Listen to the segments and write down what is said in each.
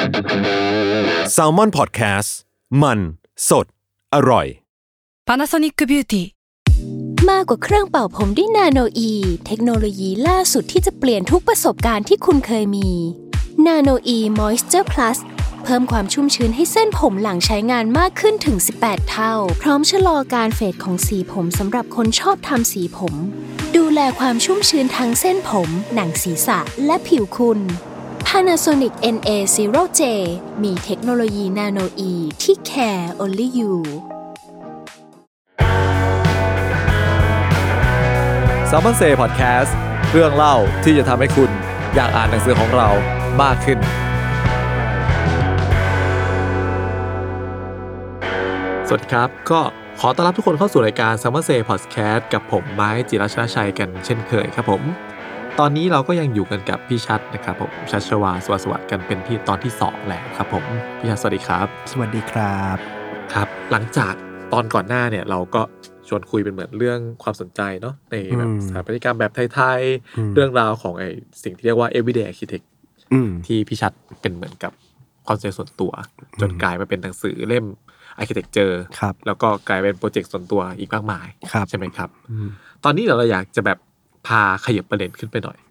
Salmon Podcast มันสดอร่อย Panasonic Beauty มากกว่าเครื่องเป่าผมด้วยนาโนอีเทคโนโลยีล่าสุดที่จะเปลี่ยนทุกประสบการณ์ที่คุณเคยมีนาโนอีมอยส์เจอร์พลัสเพิ่มความชุ่มชื้นให้เส้นผมหลังใช้งานมากขึ้นถึง18เท่าพร้อมชะลอการเฟดของสีผมสำหรับคนชอบทำสีผมดูแลความชุ่มชื้นทั้งเส้นผมหนังศีรษะและผิวคุณ Panasonic NA0J มีเทคโนโลยีนาโนอีที่ care only you Salmon Say Podcast เรื่องเล่าที่จะทำให้คุณอยากอ่านหนังสือของเรามากขึ้นสวัสดีครับก็ขอต้อนรับทุกคนเข้าสู่รายการ Salmon Say Podcast กับผมไม้จิรชนะชัยกันเช่นเคยครับผมตอนนี้เราก็ยังอยู่กันกับพี่ชัดนะครับผมชัชวาสวัสดิ์กันเป็นที่ตอนที่2แล้วครับผมพี่ชัดสวัสดีครับสวัสดีครับครับหลังจากตอนก่อนหน้าเนี่ยเราก็ชวนคุยเป็นเหมือนเรื่องความสนใจเนาะในแบบสถาปัตยกรรมแบบไทยๆเรื่องราวของไอ้สิ่งที่เรียกว่า everyday architect ที่พี่ชัดเป็นเหมือนกับความสนใจส่วนตัวจนกลายมาเป็นหนังสือเล่ม architecture แล้วก็กลายเป็นโปรเจกต์ส่วนตัวอีกมากมายใช่ไหมครับตอนนี้เราอยากจะแบบพาขยับประเด็นขึ้นไปหน่อย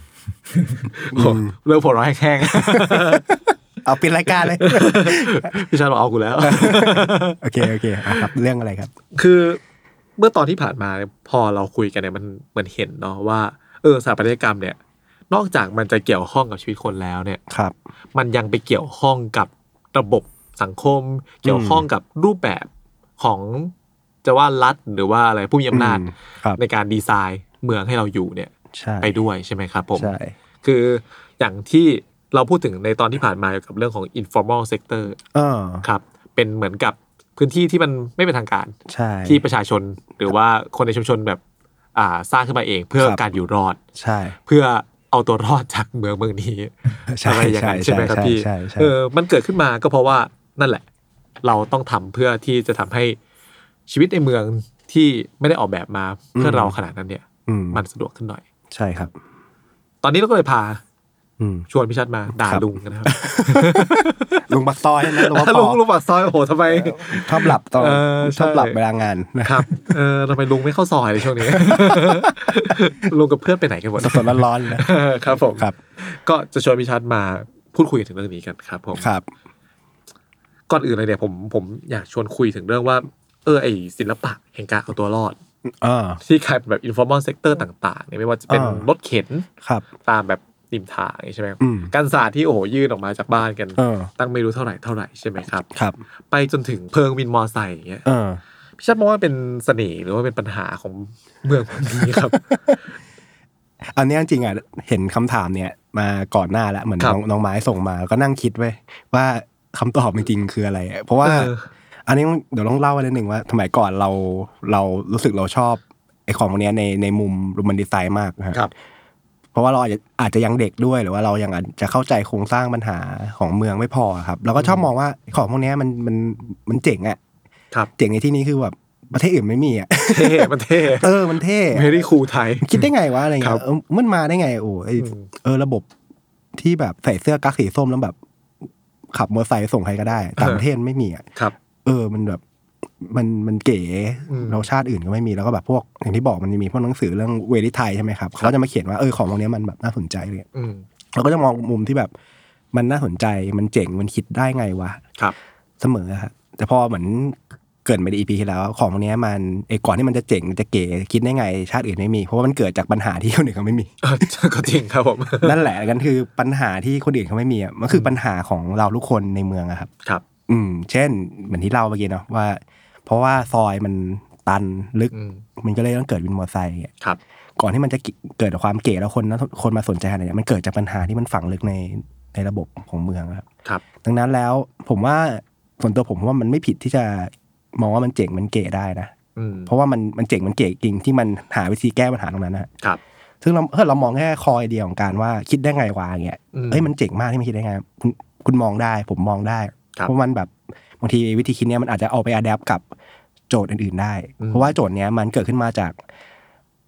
เรื่องหัวเราะแห้งๆเอาเป็นรายการเลยพี่ชัดบอกเอากูแล้วโอเคครับเรื่องอะไรครับคือเมื่อตอนที่ผ่านมาพอเราคุยกันเนี่ยมันเหมือนเห็นเนาะว่าสถาปัตยกรรมเนี่ยนอกจากมันจะเกี่ยวข้องกับชีวิตคนแล้วเนี่ยมันยังไปเกี่ยวข้องกับระบบสังคมเกี่ยวข้องกับรูปแบบของจะว่ารัฐหรือว่าอะไรผู้มีอำนาจในการดีไซน์เมืองให้เราอยู่เนี่ยไปด้วยใช่ไหมครับผมคืออย่างที่เราพูดถึงในตอนที่ผ่านมาเกี่ยวกับเรื่องของ informal sector ครับเป็นเหมือนกับพื้นที่ที่มันไม่เป็นทางการที่ประชาชนหรือว่าคนในชุมชนแบบสร้างขึ้นมาเองเพื่อการอยู่รอดเพื่อเอาตัวรอดจากเมืองนี้อะไรอย่างนั้นใช่ไหมครับพี่มันเกิดขึ้นมาก็เพราะว่านั่นแหละเราต้องทำเพื่อที่จะทำให้ชีวิตในเมืองที่ไม่ได้ออกแบบมาเพื่อเราขนาดนั้นเนี่ยมันสะดวกขึ้นหน่อยใช่ครับตอนนี้เราก็เลยพาชวนพี่ชัดมาด่าลุงกันนะครับลุงปักซอยนะลุงปักซอยโอ้โหทำไมชอบหลับตอนชอบหลับเวลางานนะครับทำไมลุงไม่เข้าซอยในช่วงนี้ลุงกับเพื่อนไปไหนกันหมดสดๆร้อนๆนะครับผมก็จะชวนพี่ชัดมาพูดคุยถึงเรื่องนี้กันครับผมครับก่อนอื่นเลยเนี่ยผมอยากชวนคุยถึงเรื่องว่าไอศิลปะแห่งการเอาตัวรอดที่กลายเป็นแบบ informal sector ต่างๆเนี่ยไม่ว่าจะเป็นรถเข็นตามแบบริมทางใช่ไหมการสาดที่โอ้โหยื่นออกมาจากบ้านกันตั้งไม่รู้เท่าไหร่ใช่ไหมครับไปจนถึงเพิงวินมอไซค์อย่างเงี้ยพี่ชัดมองว่าเป็นเสน่ห์หรือว่าเป็นปัญหาของเมืองนี้ครับอันนี้จริงๆอ่ะเห็นคำถามเนี่ยมาก่อนหน้าแล้วเหมือนน้องไม้ส่งมาก็นั่งคิดไว้ว่าคำตอบจริงๆคืออะไรเพราะว่าอันนี้เดี๋ยวต้องเล่านิดนึงว่าสมัยก่อนเรารู้สึกเราชอบไอ้ของพวกนี้ในมุมโรแมนติไซน์มากครับเพราะว่าเราอาจจะยังเด็กด้วยหรือว่าเรายังอาจจะเข้าใจโครงสร้างปัญหาของเมืองไม่พอครับเราก็ชอบมองว่าของพวกนี้มันเจ๋งอ่ะเจ๋งในที่นี้คือแบบประเทศอื่นไม่มีอ่ะมันเท่มันเท่ไม่ได้คูไทยคิดได้ไงวะอะไรเงี้ยมันมาได้ไงโอ้ระบบที่แบบใส่เสื้อกั๊กสีส้มแล้วแบบขับมอเตอร์ไซค์ส่งใครก็ได้ต่างประเทศไม่มีอ่ะมันแบบมันเก๋เราชาติอื่นก็ไม่มีแล้วก็แบบพวกอย่างที่บอกมันมีพวกหนังสือเรื่องเวลิไทยใช่ไหมครับเขาจะมาเขียนว่าของพวกนี้มันแบบน่าสนใจเลยเราก็จะมองมุมที่แบบมันน่าสนใจมันเจ๋งมันคิดได้ไงวะเสมอครับแต่พอเหมือนเกิดมาใน EP ที่แล้วของพวกนี้มันก่อนที่มันจะเจ๋งจะเก๋คิดได้ไงชาติอื่นไม่มีเพราะว่ามันเกิดจากปัญหาที่คนอื่นเขาไม่มีก็จริงครับผมนั่นแหละกันคือปัญหาที่คนอื่นเขาไม่มีอ่ะมันคือปัญหาของเราทุกคนในเมืองอะครับเช่นเหมือนที่เล่าเมื่อกี้เนาะว่าเพราะว่าซอยมันตันลึกมันก็เลยต้องเกิดวินมอเตอร์ไซค์ก่อนที่มันจะเกิดความเก๋แล้วคนมาสนใจอะไรเนี่ยมันเกิดจากปัญหาที่มันฝังลึกในระบบของเมืองครับดังนั้นแล้วผมว่าส่วนตัวผมว่ามันไม่ผิดที่จะมองว่ามันเจ๋งมันเก๋ได้นะเพราะว่ามันเจ๋งมันเก๋จริงที่มันหาวิธีแก้ปัญหาตรงนั้นนะครับซึ่งเรามองแค่คอยเดียวของการว่าคิดได้ไงวะอย่างเงี้ยมันเจ๋งมากที่มันคิดได้ไงคุณมองได้ผมมองได้เพราะมันแบบบางทีวิธีคิดเนี้ยมันอาจจะเอาไปอะแดปกับโจทย์อื่นๆได้เพราะว่าโจทย์เนี้ยมันเกิดขึ้นมาจาก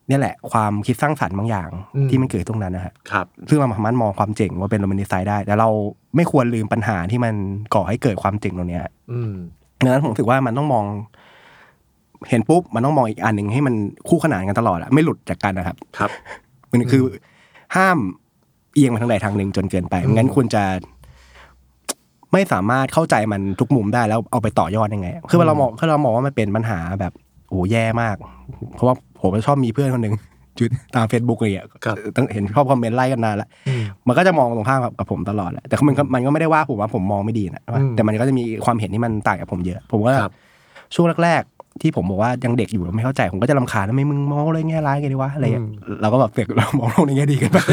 เนี่ยแหละความคิดสร้างสรรค์บางอย่างที่มันเกิดตรงนั้นนะฮะซึ่งเราสามารถมองความเจ๋งว่าเป็นโรแมนติไซด์ได้แต่เราไม่ควรลืมปัญหาที่มันก่อให้เกิดความเจ๋งตรงนี้ดังนั้นผมรู้สึกว่ามันต้องมองเห็นปุ๊บมันต้องมองอีกอันหนึ่งให้มันคู่ขนานกันตลอดอะไม่หลุดจากกันนะครับมันคือห้ามเอียงมาทางใดทางหนึ่งจนเกินไปไม่งั้นคุณจะไม่สามารถเข้าใจมันทุกมุมได้แล้วเอาไปต่อยอดยังไงคือเรามองว่ามันเป็นปัญหาแบบโอ้แย่มากเพราะว่าผมชอบมีเพื่อนคนนึงจุดตาม Facebook อะไรอย่างเงี้ยต้องเห็นชอบคอมเมนต์ไล่กันนานละมันก็จะมองตรงข้ามกับผมตลอดแหละแต่มันก็ไม่ได้ว่าผมว่าผมมองไม่ดีนะแต่มันก็จะมีความเห็นที่มันต่างกับผมเยอะผมว่าช่วงแรกๆที่ผมบอกว่ายังเด็กอยู่ไม่เข้าใจผมก็จะรำคาญทำไมมึงมองอะไรแง่ร้ายกันดีวะอะไรเราก็แบบเฟกเรามองโลกในแง่ดีกันไป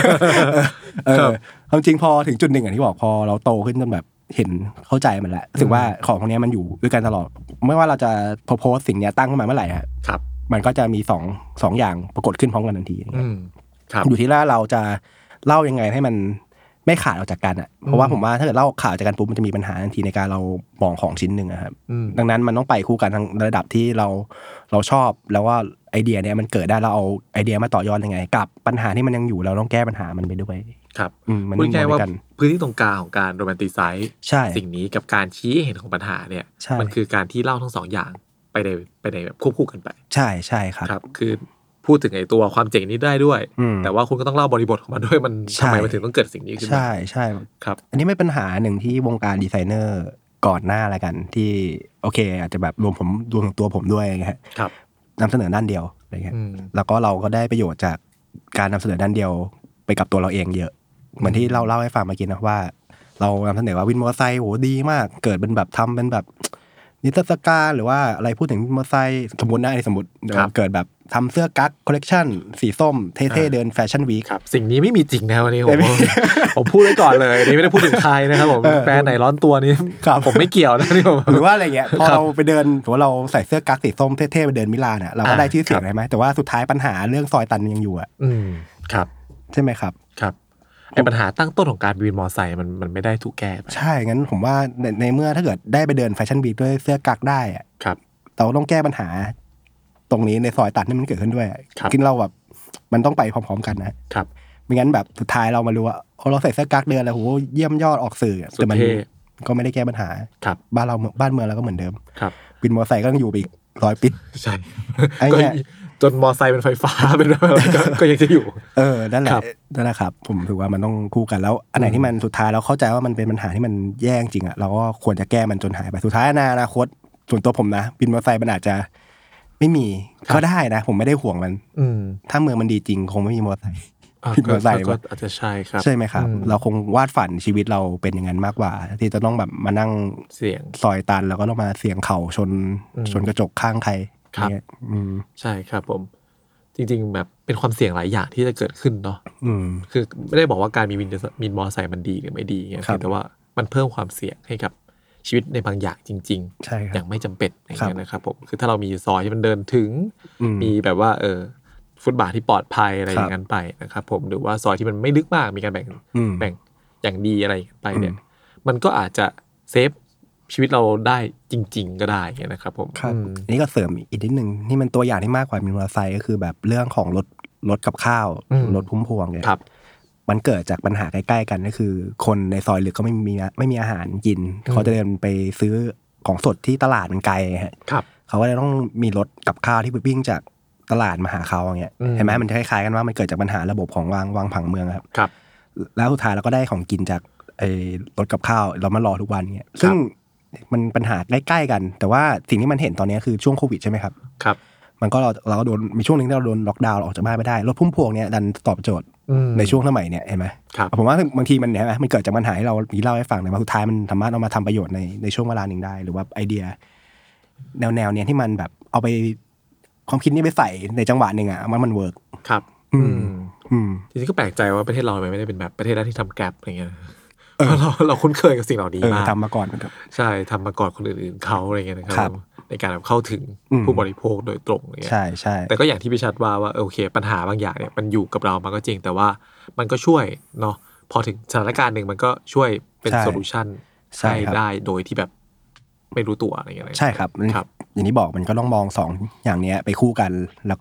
ความจริงพอถึงจุดหนึ่งอย่างที่บอกพอเราโตขึ้นจนแบบเห็นเข้าใจมันแหละรู้สึกว่าของพวกนี้มันอยู่ด้วยกันตลอดไม่ว่าเราจะโพสสิ่งนี้ตั้งขึ้นมาเมื่อไหร่ครับมันก็จะมีสองอย่างปรากฏขึ้นพร้อมกันทันทีอยู่ที่ว่าเราจะเล่ายังไงให้มันไม่ขาดออกจากกันอ่ะเพราะว่าผมว่าถ้าเกิดเล่าขาดจากกันปุ๊บมันจะมีปัญหาทันทีในการเรามองของชิ้นหนึ่งครับดังนั้นมันต้องไปคู่กันทั้งระดับที่เราชอบแล้วว่าไอเดียเนี้ยมันเกิดได้เราเอาไอเดียมาต่อยอดยังไงกับปัญหาที่มันยังอยู่เราต้องแก้ปัญหามันไปด้วยครับมันง่ายว่าพื้นที่ตรงกลางของการโรแมนติไซส์สิ่งนี้กับการชี้เห็นของปัญหาเนี่ยมันคือการที่เล่าทั้งสองอย่างไปในแบบควบคู่กันไปใช่ครับคือพูดถึงไอ้ตัวความเจ๋งนี้ได้ด้วยแต่ว่าคุณก็ต้องเล่าบริบทของมันด้วยมันทำไมมันถึงต้องเกิดสิ่งนี้ขึ้นมาใช่ครับอันนี้ไม่ปัญหาหนึ่งที่วงการดีไซเนอร์ก่อนหน้าอะไรกันที่โอเคอาจจะแบบรวมตัวผมด้วยไงครับนำเสนอด้านเดียวอะไรเงี้ยแล้วก็เราก็ได้ประโยชน์จากการนำเสนอด้านเดียวไปกับตัวเราเองเยอะเหมือนที่เล่าให้ฟังเมื่อกี้นะว่าเรานำเสนอว่าวินมอเตอร์ไซค์โหดีมากเกิดเป็นแบบทำเป็นแบบนิทรรศการหรือว่าอะไรพูดถึงมอเตอร์ไซค์สมมติเกิดแบบทำเสื้อกั๊กคอลเลกชันสีส้มเท่ๆเดินแฟชั่นวีคสิ่งนี้ไม่มีจริงนะวันนี้ผมพูดไว้ก่อนเลยนี่ไม่ได้พูดถึงใครนะครับผมแบรนด์ไหนร้อนตัวนี้ผมไม่เกี่ยวนะนี่ผมหรือว่าอะไรเงี้ยพอเราไปเดินถือว่าเราใส่เสื้อกั๊กสีส้มเท่ๆไปเดินมิลานเนี่ยเราก็ได้ชื่อเสียงใช่ไหมแต่ว่าสุดท้ายปัญหาเรื่องซอยตันยังอยู่อ่ะครับใช่ไหมครับไอ้ปัญหาตั้งต้นของการวินมอไซค์มันไม่ได้ถูกแก้ใช่งั้นผมว่าในเมื่อถ้าเกิดได้ไปเดินแฟชั่นวีคด้วยเสื้อกั๊กได้อ่ะเราต้องแก้ปัญหาตรงนี้ในซอยตัดนี่มันเกิดขึ้นด้วยกินเราแบบมันต้องไปพร้อมๆกันนะครับไม่งั้นแบบสุดท้ายเรามารู้ว่าเราใส่เสื้อกั๊กเดินแล้วโหเยี่ยมยอดออกสื่อแต่มันก็ไม่ได้แก้ปัญหาบ้านเมืองเราก็เหมือนเดิมวินมอไซค์ก็ต้องอยู่ไปอีก100 ปีใช่จนมอไซค์เป็นไฟฟ้าเป็นอะไรก็ยังจะอยู่นั่นแหละครับผมถือว่ามันต้องคู่กันแล้วอันไหนที่มันสุดท้ายเราเข้าใจว่ามันเป็นปัญหาที่มันแย่จริงอ่ะเราก็ควรจะแก้มันจนหายไปสุดท้ายในอนาคตส่วนตัวผมนะวินมอเตอร์ไซค์มันอาจจะไม่มีก็ได้นะผมไม่ได้ห่วงมันถ้าเมืองมันดีจริงคงไม่มีมอเตอร์ไซค์วินมอเตอร์ไซค์ก็อาจจะใช่ครับใช่ไหมครับเราคงวาดฝันชีวิตเราเป็นอย่างนั้นมากกว่าที่จะต้องแบบมานั่งเสี่ยงซอยตันแล้วก็ต้องมาเสี่ยงเข่าชนกระจกข้างใครใช่ครับผมจริงๆแบบเป็นความเสี่ยงหลายอย่างที่จะเกิดขึ้นเนาะคือไม่ได้บอกว่าการมีวินมอเตอร์ไซค์มันดีหรือไม่ดีแต่ว่ามันเพิ่มความเสี่ยงให้กับชีวิตในบางอย่างจริงๆอย่างไม่จำเป็นอย่างเงี้ยนะครับผมคือถ้าเรามีซอยที่มันเดินถึงมีแบบว่าฟุตบาทที่ปลอดภัยอะไรอย่างนั้นไปนะครับผมหรือว่าซอยที่มันไม่ลึกมากมีการแบ่งอย่างดีอะไรไปเนี่ยมันก็อาจจะเซฟชีวิตเราได้จริงๆก็ได้เงี้ยนะครับผมนี่ก็เสริมอีกนิดนึงนี่มันตัวอย่างที่มากกว่ามีมอเตอร์ไซค์ก็คือแบบเรื่องของรถกับข้าวรถพุ่มพวงเนี่ยมันเกิดจากปัญหาใกล้ๆกันก็คือคนในซอยลึกก็ไม่มีอาหารกินเขาจะเดินไปซื้อของสดที่ตลาดมันไกลครับเขาก็เลยต้องมีรถกับข้าวที่ไปวิ่งจากตลาดมาหาเขาอย่างเงี้ยเห็นไหมมันคล้ายๆกันว่ามันเกิดจากปัญหาระบบของวางผังเมืองครับแล้วสุดท้ายเราก็ได้ของกินจากรถกับข้าวเรามารอทุกวันเงี้ยซึ่งมันปัญหาใกล้ๆกันแต่ว่าสิ่งที่มันเห็นตอนนี้คือช่วงโควิดใช่ไหมครับมันก็เราก็โดนมีช่วงนึงที่เราโดนล็อกดาวน์ออกจากบ้านไม่ได้รถพุ่มพวงเนี่ยดันตอบโจทย์ในช่วงสมัยเนี่ยเห็นไหมผมว่าบางทีมันเนี่ยมันเกิดจากปัญหาที่เราเล่าให้ฟังแต่ว่าสุดท้ายมันสามารถเอามาทำประโยชน์ในช่วงเวลาหนึ่งได้หรือว่าไอเดียแนวเนี่ยที่มันแบบเอาไปความคิดนี้ไปใส่ในจังหวะหนึ่งอ่ะมันเวิร์กครับจริงๆก็แปลกใจว่าประเทศเราไม่ได้เป็นแบบประเทศแรกที่ทำแกร็บอะไรเงี้ยเราคุ้นเคยกับสิ่งเหล่านี้มากทำมาก่อนใช่ทำมาก่อนคนอื่นๆเขาอะไรเงี้ยนะครับในการเข้าถึงผู้บริโภคโดยตรงอะไรเงี้ยใช่แต่ก็อย่างที่พี่ชัดว่าโอเคปัญหาบางอย่างเนี่ยมันอยู่กับเรามาก็จริงแต่ว่ามันก็ช่วยเนาะพอถึงสถานการณ์หนึ่งมันก็ช่วยเป็นโซลูชันให้ได้โดยที่แบบไม่รู้ตัวอะไรเงี้ยใช่ครับอย่างที่บอกมันก็ต้องมอง2อย่างนี้ไปคู่กันแล้วก็หยิบ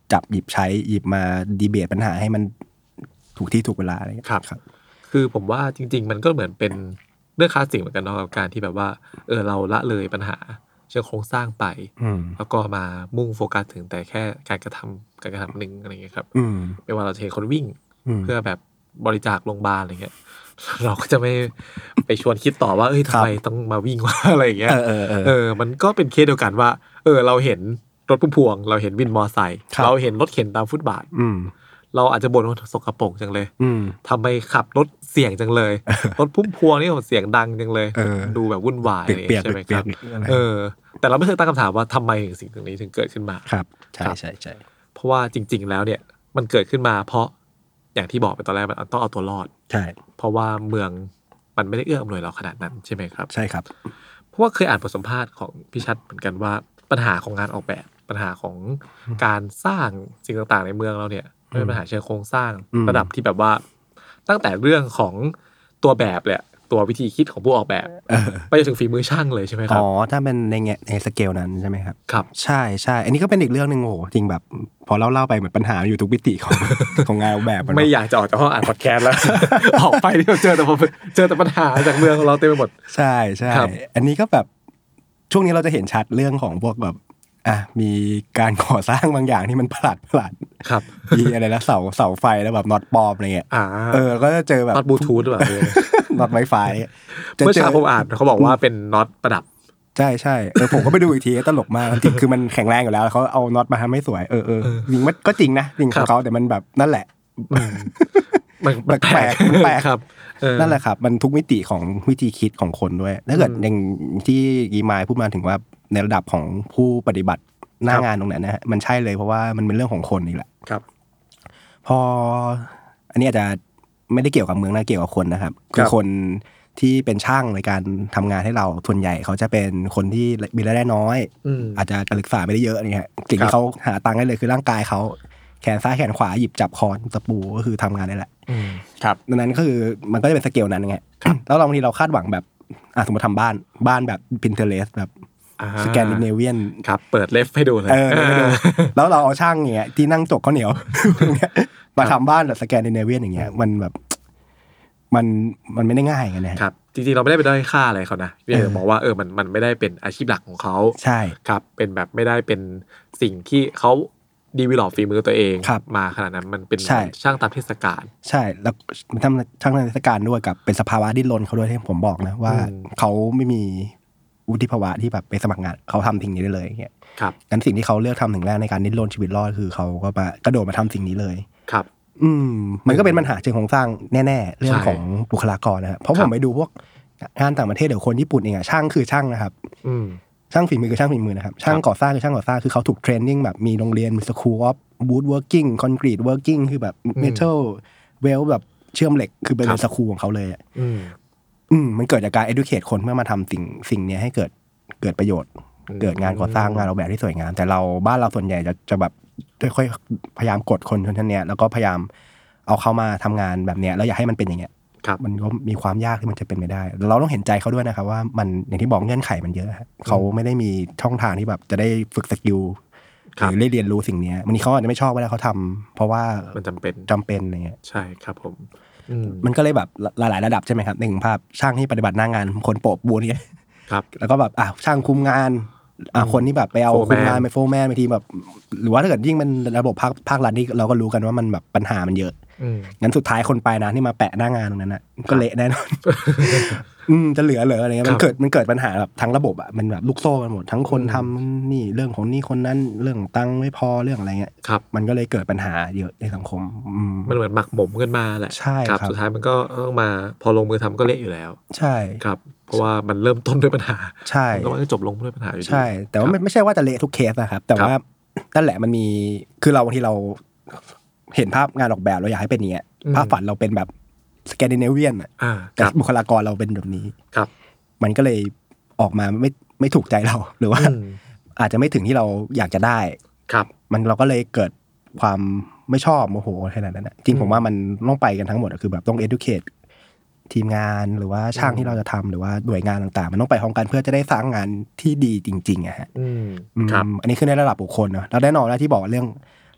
จับหยิบใช้หยิบมาดีเบตปัญหาให้มันถูกที่ถูกเวลาอะไรอย่างเงี้ยครับคือผมว่าจริงๆมันก็เหมือนเป็นเรื่องคลาสสิกเหมือนกันเนาะกับการที่แบบว่าเราละเลยปัญหาเชิงโครงสร้างไปแล้วก็มามุ่งโฟกัสถึงแต่แค่การกระทำหนึ่งอะไรอย่างเงี้ยครับไม่ว่าเราจะเห็นคนวิ่งเพื่อแบบบริจาคโรงพยาบาลอะไรเงี้ยเราก็จะไม่ไปชวนคิดต่อว่าทำไมต้องมาวิ่งวะอะไรอย่างเงี้ยมันก็เป็นเคสเดียวกันว่าเราเห็นรถพุ่มพวงเราเห็นวินมอไซค์เราเห็นรถเข็นตามฟุตบาทเราอาจจะบ่นว่าสกปรกจังเลยทำไมขับรถเสี่ยงจังเลยรถพุ่มพวงนี่เสียงดังจังเลยดูแบบวุ่นวายใช่ไหมครับแต่เราไม่เคยตั้งคำถามว่าทำไมสิ่งนี้ถึงเกิดขึ้นมาครับใช่ใช่ใช่เพราะว่าจริงๆแล้วเนี่ยมันเกิดขึ้นมาเพราะอย่างที่บอกไปตอนแรกมันต้องเอาตัวรอดใช่เพราะว่าเมืองมันไม่ได้เอื้ออำนวยเราขนาดนั้นใช่ไหมครับใช่ครับเพราะว่าเคยอ่านบทสัมภาษณ์ของพี่ชัดเหมือนกันว่าปัญหาของงานออกแบบปัญหาของการสร้างสิ่งต่างๆในเมืองเราเนี่ยเป็นปัญหาเชิงโครงสร้างระดับที่แบบว่าตั้งแต่เรื่องของตัวแบบแหละตัววิธีคิดของผู้ออกแบบไปจนถึงฝีมือช่างเลยใช่ไหมครับอ๋อถ้าเป็นในสเกลนั้นใช่ไหมครับครับใช่ใช่อันนี้ก็เป็นอีกเรื่องนึงโอ้จริงแบบพอเล่าไปเหมือนปัญหาอยู่ทุกมิติของงานออกแบบไม่อยากจะออกจากห้องอ่านพอดแคสต์แล้วออกไปที่เราเจอแต่ปัญหาจากเมืองของเราเต็มไปหมดใช่ใช่อันนี้ก็แบบช่วงนี้เราจะเห็นชัดเรื่องของพวกแบบมีการก่อสร้างบางอย่างที่มันประหลาดครับมีอะไรนะเสาไฟแล้วแบบน็อตปลอมอะไรเงี้ยก็จะเจอแบบน็อตบลูทูธแบบน็อตไวไฟเมื่อเช้าผมอ่านเขาบอกว่าเป็นน็อตประดับใช่ใช่ผมก็ไปดูอีกทีตลกมากจริงคือมันแข็งแรงอยู่แล้วเขาเอาน็อตมาทำให้สวยจริงมันก็จริงนะจริงของเขาแต่มันแบบนั่นแหละมันแปลกครับนั่นแหละครับมันทุกมิติของวิธีคิดของคนด้วยถ้าเกิดอย่างที่กีมายพูดมาถึงว่าในระดับของผู้ปฏิบัติหน้างานตรงนั้นนะฮะมันใช่เลยเพราะว่ามันเป็นเรื่องของคนนี่แหละครับพออันนี้อาจจะไม่ได้เกี่ยวกับเมืองนะเกี่ยวกับคนนะครับคือคนที่เป็นช่างในการทำงานให้เราส่วนใหญ่เขาจะเป็นคนที่มีรายได้น้อยอาจจะการศึกษาไม่ได้เยอะนี่ฮะสิ่งที่เขาหาตังค์ได้เลยคือร่างกายเขาแขนซ้ายแขนขวาหยิบจับค้อนตะปูก็คือทำงานได้แหละครับดังนั้นก็คือมันก็จะเป็นสเกลนั้นไงแล้วบางทีเราคาดหวังแบบสมมติทำบ้านแบบ Pinterest แบบสแกนดิเนเวียนครับเปิดเลฟให้ดูเลยแล้วเราเอาช่างอย่างเงี้ยที่นั่งจกข้าวเหนียวมาทำบ้านแบบสแกนดิเนเวียนอย่างเงี้ยมันแบบมันไม่ได้ง่ายกันนะครับจริงๆเราไม่ได้ไปด้อยค่าอะไรเขานะพี่จะบอกว่ามันไม่ได้เป็นอาชีพหลักของเขาใช่ครับเป็นแบบไม่ได้เป็นสิ่งที่เขาดีวิลอปฝีมือตัวเองมาขนาดนั้นมันเป็นช่างตามเทศกาลใช่แล้วทำช่างตามเทศกาลด้วยกับเป็นสภาวะดิ้นรนเขาด้วยที่ผมบอกนะว่าเขาไม่มีวุฒิภาวะที่แบบไปสมัครงานเขาทำสิ่งนี้ได้เลยเงี้ยครับงั้นสิ่งที่เขาเลือกทำถึงแรกในการดิ้นรนชีวิตรอดคือเขาก็กระโดดมาทำสิ่งนี้เลยครับมันก็เป็นปัญหาเชิงโครงสร้างแน่ๆเรื่องของบุคลากรนะครับเพราะผมไปดูพวกงานต่างประเทศเดี๋ยวคนญี่ปุ่นเองช่างคือช่างนะครับช่างฝีมือคือช่างฝีมือนะครับช่างก่อสร้างคือช่างก่อสร้างคือเขาถูกเทรนนิ่งแบบมีโรงเรียนมีสคูลออฟวูดเวิร์กิ่งคอนกรีตเวิร์กิ่งคือแบบเมทัลเวลแบบเชื่อมเหล็กคือเป็นสคูลของเขาเลยมันเกิดจากการ educate คนเพื่อมาทำสิ่งนี้ให้เกิดประโยชน์เกิดงานก่อสร้างงานออกแบบที่สวยงามแต่เราบ้านเราส่วนใหญ่จะแบบค่อยๆพยายามกดคนชนชั้นเนี้ยแล้วก็พยายามเอาเข้ามาทำงานแบบเนี้ยแล้วอยากให้มันเป็นอย่างเงี้ยมันก็มีความยากที่มันจะเป็นไม่ได้เราต้องเห็นใจเขาด้วยนะครับว่ามันอย่างที่บอกเงื่อนไขมันเยอะเขาไม่ได้มีช่องทางที่แบบจะได้ฝึกสกิลหรือได้เรียนรู้สิ่งนี้วันนี้เขาอาจจะไม่ชอบเวลาเขาทำเพราะว่ามันจำเป็นอะไรเงี้ยใช่ครับผมมันก็เลยแบบหลายๆระดับใช่ไหมครับในภาพช่างที่ปฏิบัติหน้างานคนโปะบูนี่ครับแล้วก็แบบช่างคุมงานคนที่แบบไปเอาคุมงานไปโฟร์แมนบางทีแบบหรือว่าถ้าเกิดยิ่งมันระบบภาครัฐนี่เราก็รู้กันว่ามันแบบปัญหามันเยอะงั้นสุดท้ายคนไปนะที่มาแปะหน้างานตรงนั้นน่ะก็เละแน่นอนจะเหลืออะไรเงี้ยมันเกิดปัญหาแบบทั้งระบบอ่ะมันแบบลูกโซ่กันหมดทั้งคนทำนี่เรื่องของนี่คนนั้นเรื่องตังค์ไม่พอเรื่องอะไรเงี้ยมันก็เลยเกิดปัญหาเยอะในสังคมมันเหมือนหมักหมมขึ้นมาแหละใช่ครับสุดท้ายมันก็ต้องมาพอลงมือทำก็เละอยู่แล้วใช่ครับเพราะว่ามันเริ่มต้นด้วยปัญหาใช่ก็มันจบลงด้วยปัญหาอยู่ดีใช่แต่ว่าไม่ใช่ว่าจะเละทุกเคสนะครับแต่ว่านั่นแหละมันมีคือเราบางทีเราเห็นภาพงานออกแบบเราอยากให้เป็นอย่างเงี้ยภาพฝันเราเป็นแบบสแกนดิเนเวียนแต่บุคลากรเราเป็นแบบนี้มันก็เลยออกมาไม่ถูกใจเราหรือว่าอาจจะไม่ถึงที่เราอยากจะได้มันเราก็เลยเกิดความไม่ชอบโมโหขนาดนั้นจริงผมว่ามันต้องไปกันทั้งหมดคือแบบต้อง educate ทีมงานหรือว่าช่างที่เราจะทำหรือว่าหน่วยงานต่างๆมันต้องไปพร้อมกันเพื่อจะได้สร้างงานที่ดีจริงๆอะฮะอันนี้คือในระดับบุคคลเนาะแล้วแน่นอนแล้วที่บอกเรื่อง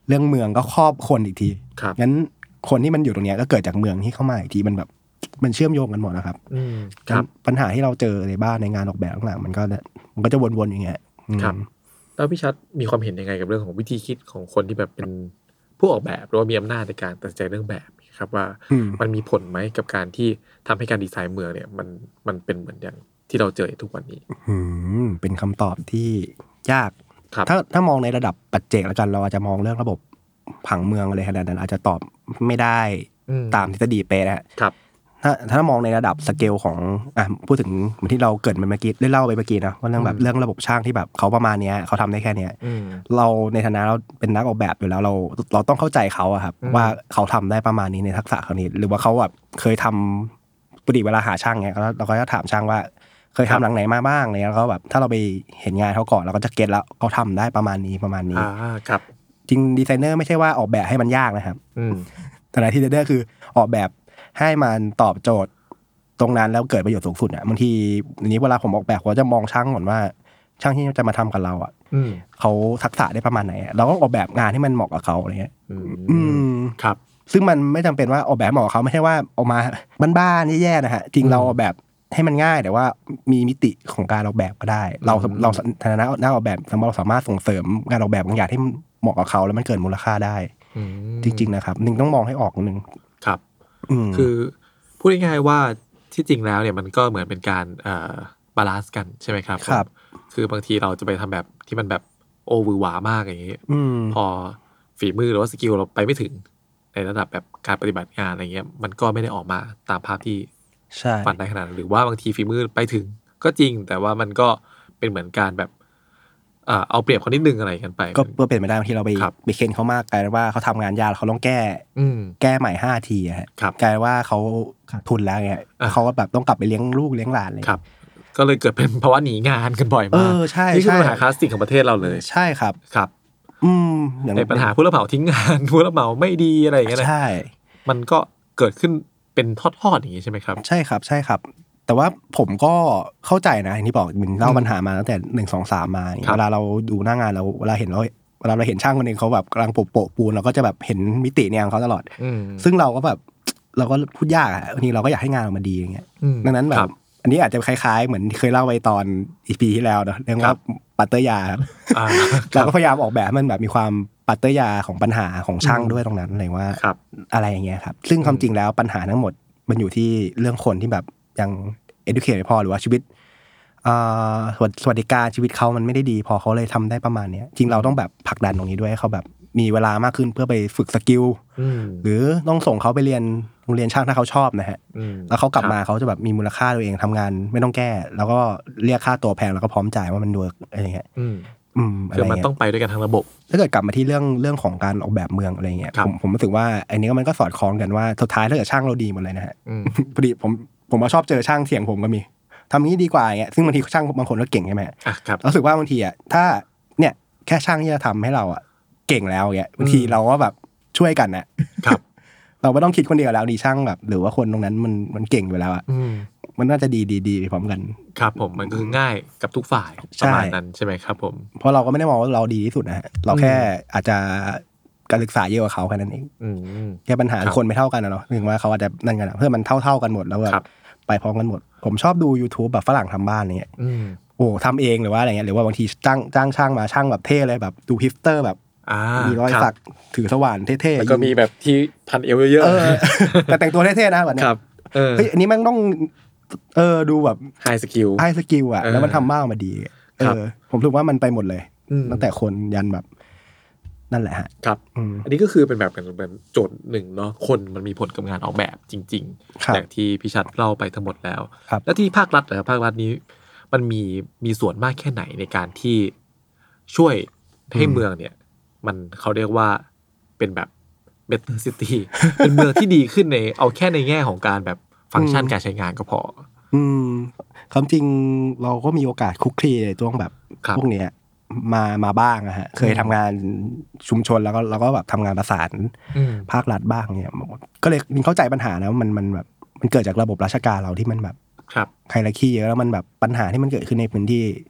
เรื่องเมืองก็ครอบคนอีกทีงั้นคนที่มันอยู่ตรงเนี้ยก็เกิดจากเมืองที่เข้ามาอีกทีมันแบบมันเชื่อมโยงกันหมดนะครับปัญหาที่เราเจอในบ้านในงานออกแบบต่างๆมันก็จะวนๆอย่างเงี้ยครับแล้วพี่ชัดมีความเห็นยังไงกับเรื่องของวิธีคิดของคนที่แบบเป็นผู้ออกแบบหรือว่ามีอำนาจในการตัดสินใจเรื่องแบบครับว่ามันมีผลไหมกับการที่ทำให้การดีไซน์เมืองเนี่ยมันเป็นเหมือนอย่างที่เราเจอทุกวันนี้เป็นคำตอบที่ยากถ้ามองในระดับปัจเจกแล้วกันเราอาจจะมองเรื่องระบบผังเมืองอะไรขนาดนั้นอาจจะตอบไม่ได้ตามทฤษฎีเป๊ะนะครับถ้ามองในระดับสเกลของพูดถึงเหมือนที่เราเกิดมาเมื่อกี้ได้เล่าไปเมื่อกี้นะว่าเรื่องระบบช่างที่แบบเขาประมาณนี้เขาทำได้แค่นี้เราในฐานะเราเป็นนักออกแบบอยู่แล้วเราต้องเข้าใจเขาอะครับว่าเขาทำได้ประมาณนี้ในทักษะเขานี้หรือว่าเขาแบบเคยทำปกติเวลาหาช่างเนี่ยเราก็จะถามช่างว่าเคยทำหลังไหนมาบ้างอะไรแล้วก็แบบถ้าเราไปเห็นงานเขาก่อนเราก็จะเก็ตแล้วเขาทำได้ประมาณนี้ครับจริงดีไซเนอร์ไม่ใช่ว่าออกแบบให้มันยากนะครับแต่ดีไซเนอร์คือออกแบบให้มันตอบโจทย์ตรงนั้นแล้วเกิดประโยชน์สูงสุดอ่ะบางทีอันนี้เวลาผมออกแบบผมจะมองช่างก่อนว่าช่างที่จะมาทำกับเราอ่ะเขาทักษะได้ประมาณไหนเราต้องออกแบบงานให้มันเหมาะกับเขาอะไรเงี้ยครับซึ่งมันไม่จำเป็นว่าออกแบบเหมาะกับเขาไม่ใช่ว่าออกมาบ้านๆแย่ๆนะฮะจริงเราออกแบบให้มันง่ายแต่ว่ามีมิติของการออกแบบก็ได้เราฐานะนักออกแบบเราสามารถส่งเสริมงานออกแบบบางอย่างที่เหมาะกับเขาแล้วมันเกิดมูลค่าได้จริงๆนะครับนึงต้องมองให้ออกนึงครับคือพูดง่ายๆว่าที่จริงแล้วเนี่ยมันก็เหมือนเป็นการบาลานซ์กันใช่ไหมครับคือบางทีเราจะไปทำแบบที่มันแบบโอวือหวามากอย่างนี้พอฝีมือหรือว่าสกิลเราไปไม่ถึงในระดับแบบการปฏิบัติงานอะไรเงี้ยมันก็ไม่ได้ออกมาตามภาพที่ฝันได้ขนาดหรือว่าบางทีฝีมือไปถึงก็จริงแต่ว่ามันก็เป็นเหมือนการแบบเอาเปรียบเขานิดนึงอะไรกันไปก็เปลี่ยนไม่ได้บางทีเราไปเค้นเขามากกลายว่าเขาทำงานยากเขาต้องแก้ใหม่5 ทีฮะกลายว่าเขาขาดทุนแล้วเงี้ยเขาก็แบบต้องกลับไปเลี้ยงลูกเลี้ยงหลานเลยก็เลยเกิดเป็นภาวะหนีงานกันบ่อยมากใช่นี่คือปัญหาคลาสสิกของประเทศเราเลยใช่ครับในปัญหาผู้รับเหมาทิ้งงานผู้รับเหมาไม่ดีอะไรอย่างเงี้ยใช่มันก็เกิดขึ้นเป็นทอดๆอย่างงี้ใช่ไหมครับใช่ครับใช่ครับแต่ว่าผมก็เข้าใจนะอย่างที่บอกมันเล่าปัญหามาตั้งแต่1 2 3มาเวลาเราดูหน้างานเราเวลาเห็นช่างคนนึงเขาแบบกำลังโปะปูนเราก็จะแบบเห็นมิติเนี่ยของเขาตลอดซึ่งเราก็แบบเราก็พูดยากอ่ะบางทีเราก็อยากให้งานออกมาดีอย่างเงี้ยดังนั้นแบบอันนี้อาจจะคล้ายๆเหมือนเคยเล่าไปตอน EP ที่แล้วเนาะเรื่องว่าปัตเตอร์ยาครับเราก็พยายามออกแบบมันแบบมีความปัตเตอร์ยาของปัญหาของช่างด้วยตรงนั้นอะไรว่าอะไรอย่างเงี้ยครับซึ่งความจริงแล้วปัญหาทั้งหมดมันอยู่ที่เรื่องคนที่แบบยังeducate ไม่พอหรือว่าชีวิตสวัสดิการชีวิตเขามันไม่ได้ดีพอเขาเลยทำได้ประมาณนี้จริงเราต้องแบบผลักดันตรงนี้ด้วยให้เขาแบบมีเวลามากขึ้นเพื่อไปฝึกสกิลหรือต้องส่งเขาไปเรียนโรงเรียนช่างถ้าเขาชอบนะฮะแล้วเขากลับมาเขาจะแบบมีมูลค่าตัวเองทำงานไม่ต้องแก้แล้วก็เรียกค่าตัวแพงแล้วก็พร้อมจ่ายว่ามันเวิร์กอะไรเงี้ยคือมันต้องไปด้วยกันทั้งระบบถ้าเกิดกลับมาที่เรื่องของการออกแบบเมืองอะไรเงี้ยผมรู้สึกว่าอันนี้มันก็สอดคล้องกันว่าสุดท้ายถ้าเกิดช่างเราดีหมดเลยนะฮะพอดีผมชอบเจอช่างเถียงผมก็มีทำนี้ดีกว่าอย่างเงี้ยซึ่งบางทีช่างบางคนก็เก่งใช่ไหมรู้สึกว่าบางทีอ่ะถ้าเนี่ยแค่ช่างที่จะทำให้เราอ่ะเก่งแล้วอย่างเงี้ยบางทีเราก็แบบช่วยกันนะครับเราไม่ต้องคิดคนเดียวแล้วดีช่างแบบหรือว่าคนตรงนั้นมันเก่งอยู่แล้วอ่ะมันน่าจะดีพร้อมกันครับผมมันคือง่ายกับทุกฝ่ายประมาณนั้นใช่ไหมครับผมเพราะเราก็ไม่ได้มองว่าเราดีที่สุดนะฮะเราแค่อาจจะการศึกษาเยอะกว่าเขาแค่นั้นเองแค่ปัญหาคนไม่เท่ากันนะเนาะถึงว่าเขาอาจจะนั่นกันเพื่อมันเท่ากันหมดแล้วแบบไปพร้อมกันหมดผมชอบดู YouTube แบบฝรั่งทำบ้านอะไรเงี้ยโอ้ทำเองหรือว่าอะไรเงี้ยหรือว่าบางทีจ้างช่างมาช่างแบบเท่เลยแบบดูฮิปสเตอร์แบบมีรอยสักถือสว่านเท่ๆแล้วก็มีแบบที่พันเอวเยอะๆแต่แต่งตัวเท่ๆนะแบบนี้เฮ้ยอันนี้แม่งต้องดูแบบไฮสกิลอ่ะแล้วมันทำบ้างมาดีผมรู้สึกว่ามันไปหมดเลยตั้งแต่คนยันแบบนั่นแหละฮะครับอันนี้ก็คือเป็นแบบเป็นโจทย์หนึ่งเนาะคนมันมีผลกับงานออกแบบจริงๆอย่างที่พี่ชัดเล่าไปทั้งหมดแล้วแล้วที่ภาครัฐภาครัฐนี้มันมีส่วนมากแค่ไหนในการที่ช่วยให้เมืองเนี่ยมันเขาเรียกว่าเป็นแบบ better city เป็นเมืองที่ดีขึ้นในเอาแค่ในแง่ของการแบบฟังก์ชันการใช้งานก็พอความจริงเราก็มีโอกาสคุกคีในตัวแบบพวกเนี้ยมาบ้างอะฮะเคยทำงานชุมชนแล้วก็เราก็แบบทำงานประสานภาครัฐบ้างเนี่ยก็เลยเข้าใจปัญหานะว่ามันแบบมันเกิดจากระบบราชการเราที่มันแบบไฮรักีเยอะแล้วมันแบบปัญหาที่มันเกิดขึ้นในพื้นที่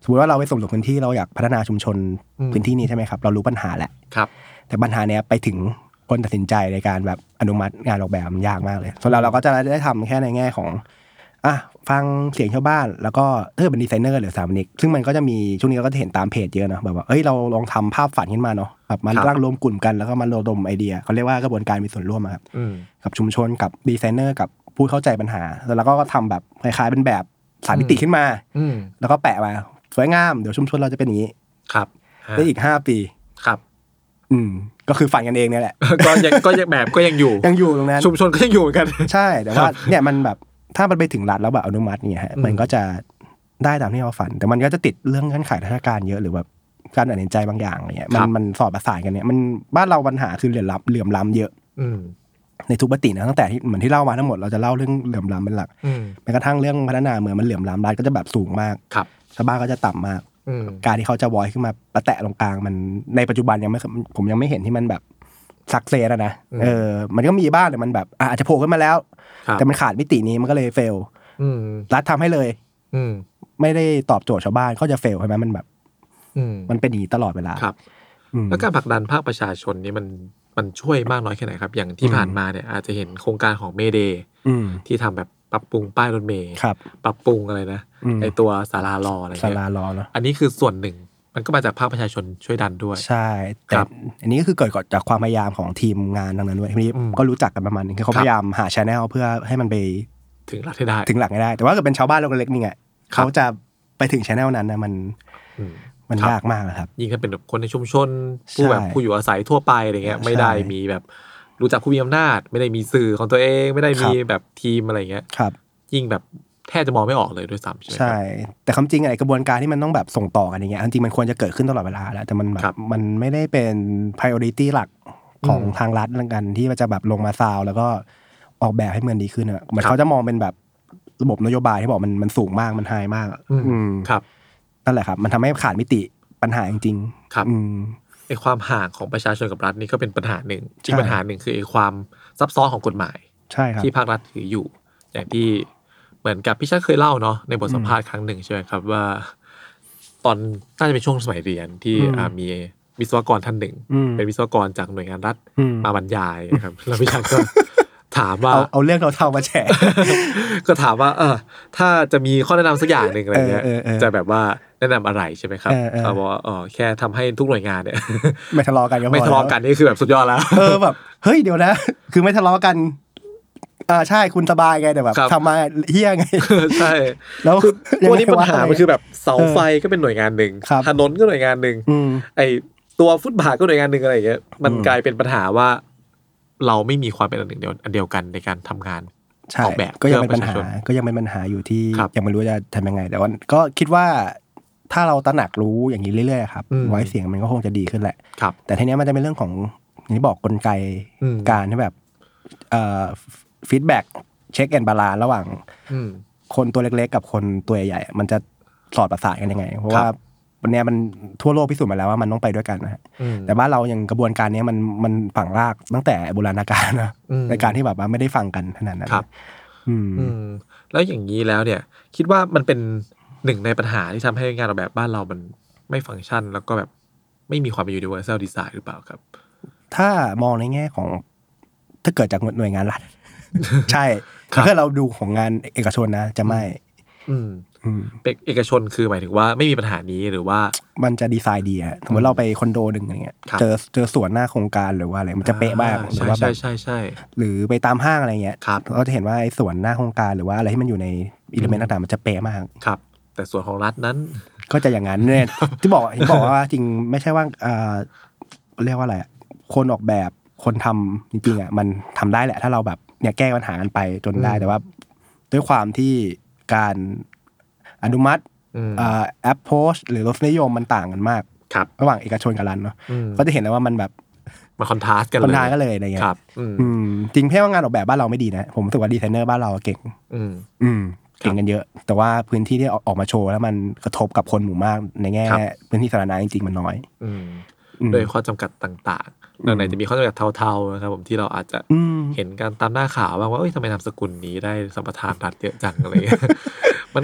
มมติว่าเราไปสำรวจพื้นที่เราอยากพัฒนาชุมชนพื้นที่นี้ใช่ไหมครับเรารู้ปัญหาแหละครับแต่ปัญหาเนี้ยไปถึงคนตัดสินใจในการแบบอนุมัติงานออกแบบมันยากมากเลยส่วนเราก็จะได้ทำแค่ในแง่ของฟังเสียงชาวบ้านแล้วก็เป็นดีไซเนอร์หรือสถาปนิกซึ่งมันก็จะมีช่วงนี้เราก็จะเห็นตามเพจเยอะนะแบบว่าเราลองทำภาพฝันขึ้นมาเนาะแบบมันร่างรวมกลุ่มกันแล้วก็มันระดมไอเดียเขาเรียกว่ากระบวนการมีส่วนร่วมครับกับชุมชนกับดีไซเนอร์กับผู้เข้าใจปัญหาแล้วก็ทำแบบคล้ายๆเป็นแบบสามมิติขึ้นมาแล้วก็แปะมาสวยงามเดี๋ยวชุมชนเราจะเป็นอย่างนี้ครับได้อีก5 ปีครับก็คือฝันกันเองเนี่ยแหละก็ยังแบบก็ยังอยู่ตรงนั้นชุมชนก็ยังอยู่เหมือนกันใช่แต่ว่าเนี่ยมันแบบถ้ามันไปถึงรัฐแล้วแบบอนุมัติเนี่ยฮะมันก็จะได้ตามที่เราฝันแต่มันก็จะติดเรื่องเงื่อนไขทางราชการเยอะหรือแบบการตัดสินใจบางอย่างอะไรเงี้ยมันสอบประสานกันเนี่ยมันบ้านเราปัญหาคือเหลื่อมล้ำเยอะในทุกมิตินะตั้งแต่ที่เหมือนที่เล่ามาทั้งหมดเราจะเล่าเรื่องเหลื่อมล้ำเป็นหลักแม้กระทั่งเรื่องพัฒนาเมืองมันเหลื่อมล้ำรัฐก็จะแบบสูงมากชาวบ้านก็จะต่ำมากการที่เขาจะวอยขึ้นมาประแตะตรงกลางมันในปัจจุบันผมยังไม่เห็นที่มันแบบซักเซสนะมันก็มีบ้างแต่มันแบบอาจจะโผล่ขึ้นมาแล้วแต่มันขาดมิตินี้มันก็เลยเฟลรัฐทำให้เลยไม่ได้ตอบโจทย์ชาวบ้านก็จะเฟลใช่ไหมมันแบบมันเป็นอย่างนี้ตลอดเวลาครับแล้วการผลักดันภาคประชาชนนี่มันช่วยมากน้อยแค่ไหนครับอย่างที่ผ่านมาเนี่ยอาจจะเห็นโครงการของเมเดย์ที่ทำแบบปรับปรุงป้ายรถเมล์ปรับปรุงอะไรนะไอตัวศาลารออะไรเงี้ยศาลารอเนาะอันนี้คือส่วนหนึ่งมันก็มาจากภาคประชาชนช่วยดันด้วยใช่แต่อันนี้ก็คือเกิดจากความพยายามของทีมงานทั้งนั้นด้วยทีนี้ก็รู้จักกันประมาณนึงคือเขาพยายามหา channel เพื่อให้มันไปถึงหลักให้ได้แต่ว่าเกิดเป็นชาวบ้านเล็กๆนี่ไงเขาจะไปถึง channel นั้นนะมันยากมากครับยิ่งถ้าเป็นแบบคนในชุมชนผู้อยู่อาศัยทั่วไปอะไรเงี้ยไม่ได้มีแบบรู้จักผู้มีอำนาจไม่ได้มีสื่อของตัวเองไม่ได้มีแบบทีมอะไรเงี้ยยิ่งแบบแทบจะมองไม่ออกเลยด้วยซ้ำใช่ไหมใช่แต่คำจริงไอ้กระบวนการที่มันต้องแบบส่งต่อกันอย่างเงี้ยจริงมันควรจะเกิดขึ้นตลอดเวลาแล้วแต่มันแบบมันไม่ได้เป็น priority หลักของทางรัฐแล้วกันที่จะแบบลงมาซาวแล้วก็ออกแบบให้เมืองดีขึ้นอ่ะเหมือนเขาจะมองเป็นแบบระบบนโยบายที่บอกมันสูงมากมันไฮมากครับนั่นแหละครับมันทำให้ขาดมิติปัญหาจริงๆครับไอ้ความห่างของประชาชนกับรัฐนี่ก็เป็นปัญหาหนึ่งที่ปัญหาหนึ่งคือไอ้ความซับซ้อนของกฎหมายใช่ครับที่ภาครัฐถืออยู่อย่างที่เหมือนกับพี่ชัดเคยเล่าเนาะในบทสัมภาษณ์ครั้งหนึ่งใช่ไหมครับว่าตอนน่าจะเป็นช่วงสมัยเรียนที่มีวิศวกรท่านหนึ่งเป็นวิศวกรจากหน่วยงานรัฐมาบรรยายครับแล้วพี่ชัดก็ถามว่าเอาเรื่องเราเท่ามาแชร์ก็ถามว่าถ้าจะมีข้อแนะนำสักอย่างหนึ่งอะไรเงี้ยจะแบบว่าแนะนำอะไรใช่ไหมครับเขาบอกว่าแค่ทำให้ทุกหน่วยงานเนี่ยไม่ทะเลาะกันไม่ทะเลาะกันนี่คือแบบสุดยอดแล้วแบบเฮ้ยเดี๋ยวนะคือไม่ทะเลาะกันใช่คุณสบายไงแต่แบบทำมาเฮี้ยไงใช่แล้วตัวนี้ปัญหามันคือแบบเสาไฟก็เป็นหน่วยงานหนึ่งถนนก็หน่วยงานหนึ่งไอตัวฟุตบาทก็หน่วยงานหนึ่งอะไรอย่างเงี้ยมันกลายเป็นปัญหาว่าเราไม่มีความเป็นอันเดียวกันในการทำงานออกแบบก็ยังเป็นปัญหาอยู่ที่ยังไม่รู้จะทำยังไงแต่ว่าก็คิดว่าถ้าเราตระหนักรู้อย่างนี้เรื่อยๆครับไว้เสียงมันก็คงจะดีขึ้นแหละแต่ทีนี้มันจะเป็นเรื่องของอย่างที่บอกกลไกการที่แบบฟีดแบ็กเช็คแอนด์บาลานซ์ระหว่างคนตัวเล็กๆกับคนตัวใหญ่ๆมันจะสอดประสานกันยังไงเพราะว่าวันนี้มันทั่วโลกพิสูจน์มาแล้วว่ามันต้องไปด้วยกันนะแต่บ้านเรายังกระบวนการนี้มันฝังรากตั้งแต่โบราณกาลนะในการที่แบบว่าไม่ได้ฟังกันขนาดนั้นแล้วอย่างนี้แล้วเนี่ยคิดว่ามันเป็นหนึ่งในปัญหาที่ทำให้งานออกแบบบ้านเรามันไม่ฟังก์ชันแล้วก็แบบไม่มีความเป็น universal design หรือเปล่าครับถ้ามองในแง่ของถ้าเกิดจากหน่วยงานรัฐใช่ถ้าเราดูของงานเอกชนนะจะไม่เอกชนคือหมายถึงว่าไม่มีปัญหานี้หรือว่ามันจะดีไซน์ดีอะสมมติเราไปคอนโดนึงอย่างเงี้ยเจอสวนหน้าโครงการหรือว่าอะไรมันจะเป๊ะมากหรือว่าแบบใช่หรือไปตามห้างอะไรเงี้ยเราจะเห็นว่าไอ้สวนหน้าโครงการหรือว่าอะไรที่มันอยู่ในอิเลเมนต์ต่างๆมันจะเป๊ะมากครับแต่ส่วนของรัฐนั้นก็จะอย่างนั้นเนี่ยที่บอกว่าจริงไม่ใช่ว่าเรียกว่าอะไรคนออกแบบคนทำจริงๆอ่ะมันทำได้แหละถ้าเราแบบเนี่ยแก้ปัญหากันไปจนได้แต่ว่าด้วยความที่การอนุมัติแอปโพสหรือรสนิยมมันต่างกันมากระหว่างเอกชนกับรัฐเนาะก็จะเห็นได้ว่ามันแบบมาคอนทราสต์กันเลยอะไรเงี้ยจริงแค่ว่างานออกแบบบ้านเราไม่ดีนะผมรู้สึกว่าดีไซเนอร์บ้านเราเก่งเก่งกันเยอะแต่ว่าพื้นที่ที่ออกมาโชว์แล้วมันกระทบกับคนหมู่มากในแง่พื้นที่สาธารณะจริงๆมันน้อยโดยข้อจำกัดต่างๆดังนั้นจะมีข้อจำกัดเท่าๆนะครับผมที่เราอาจจะเห็นการตามหน้าข่าวบ้างว่าทำไมนามสกุลนี้ได้สัมปทานรัฐเยอะจังอะไรมันก็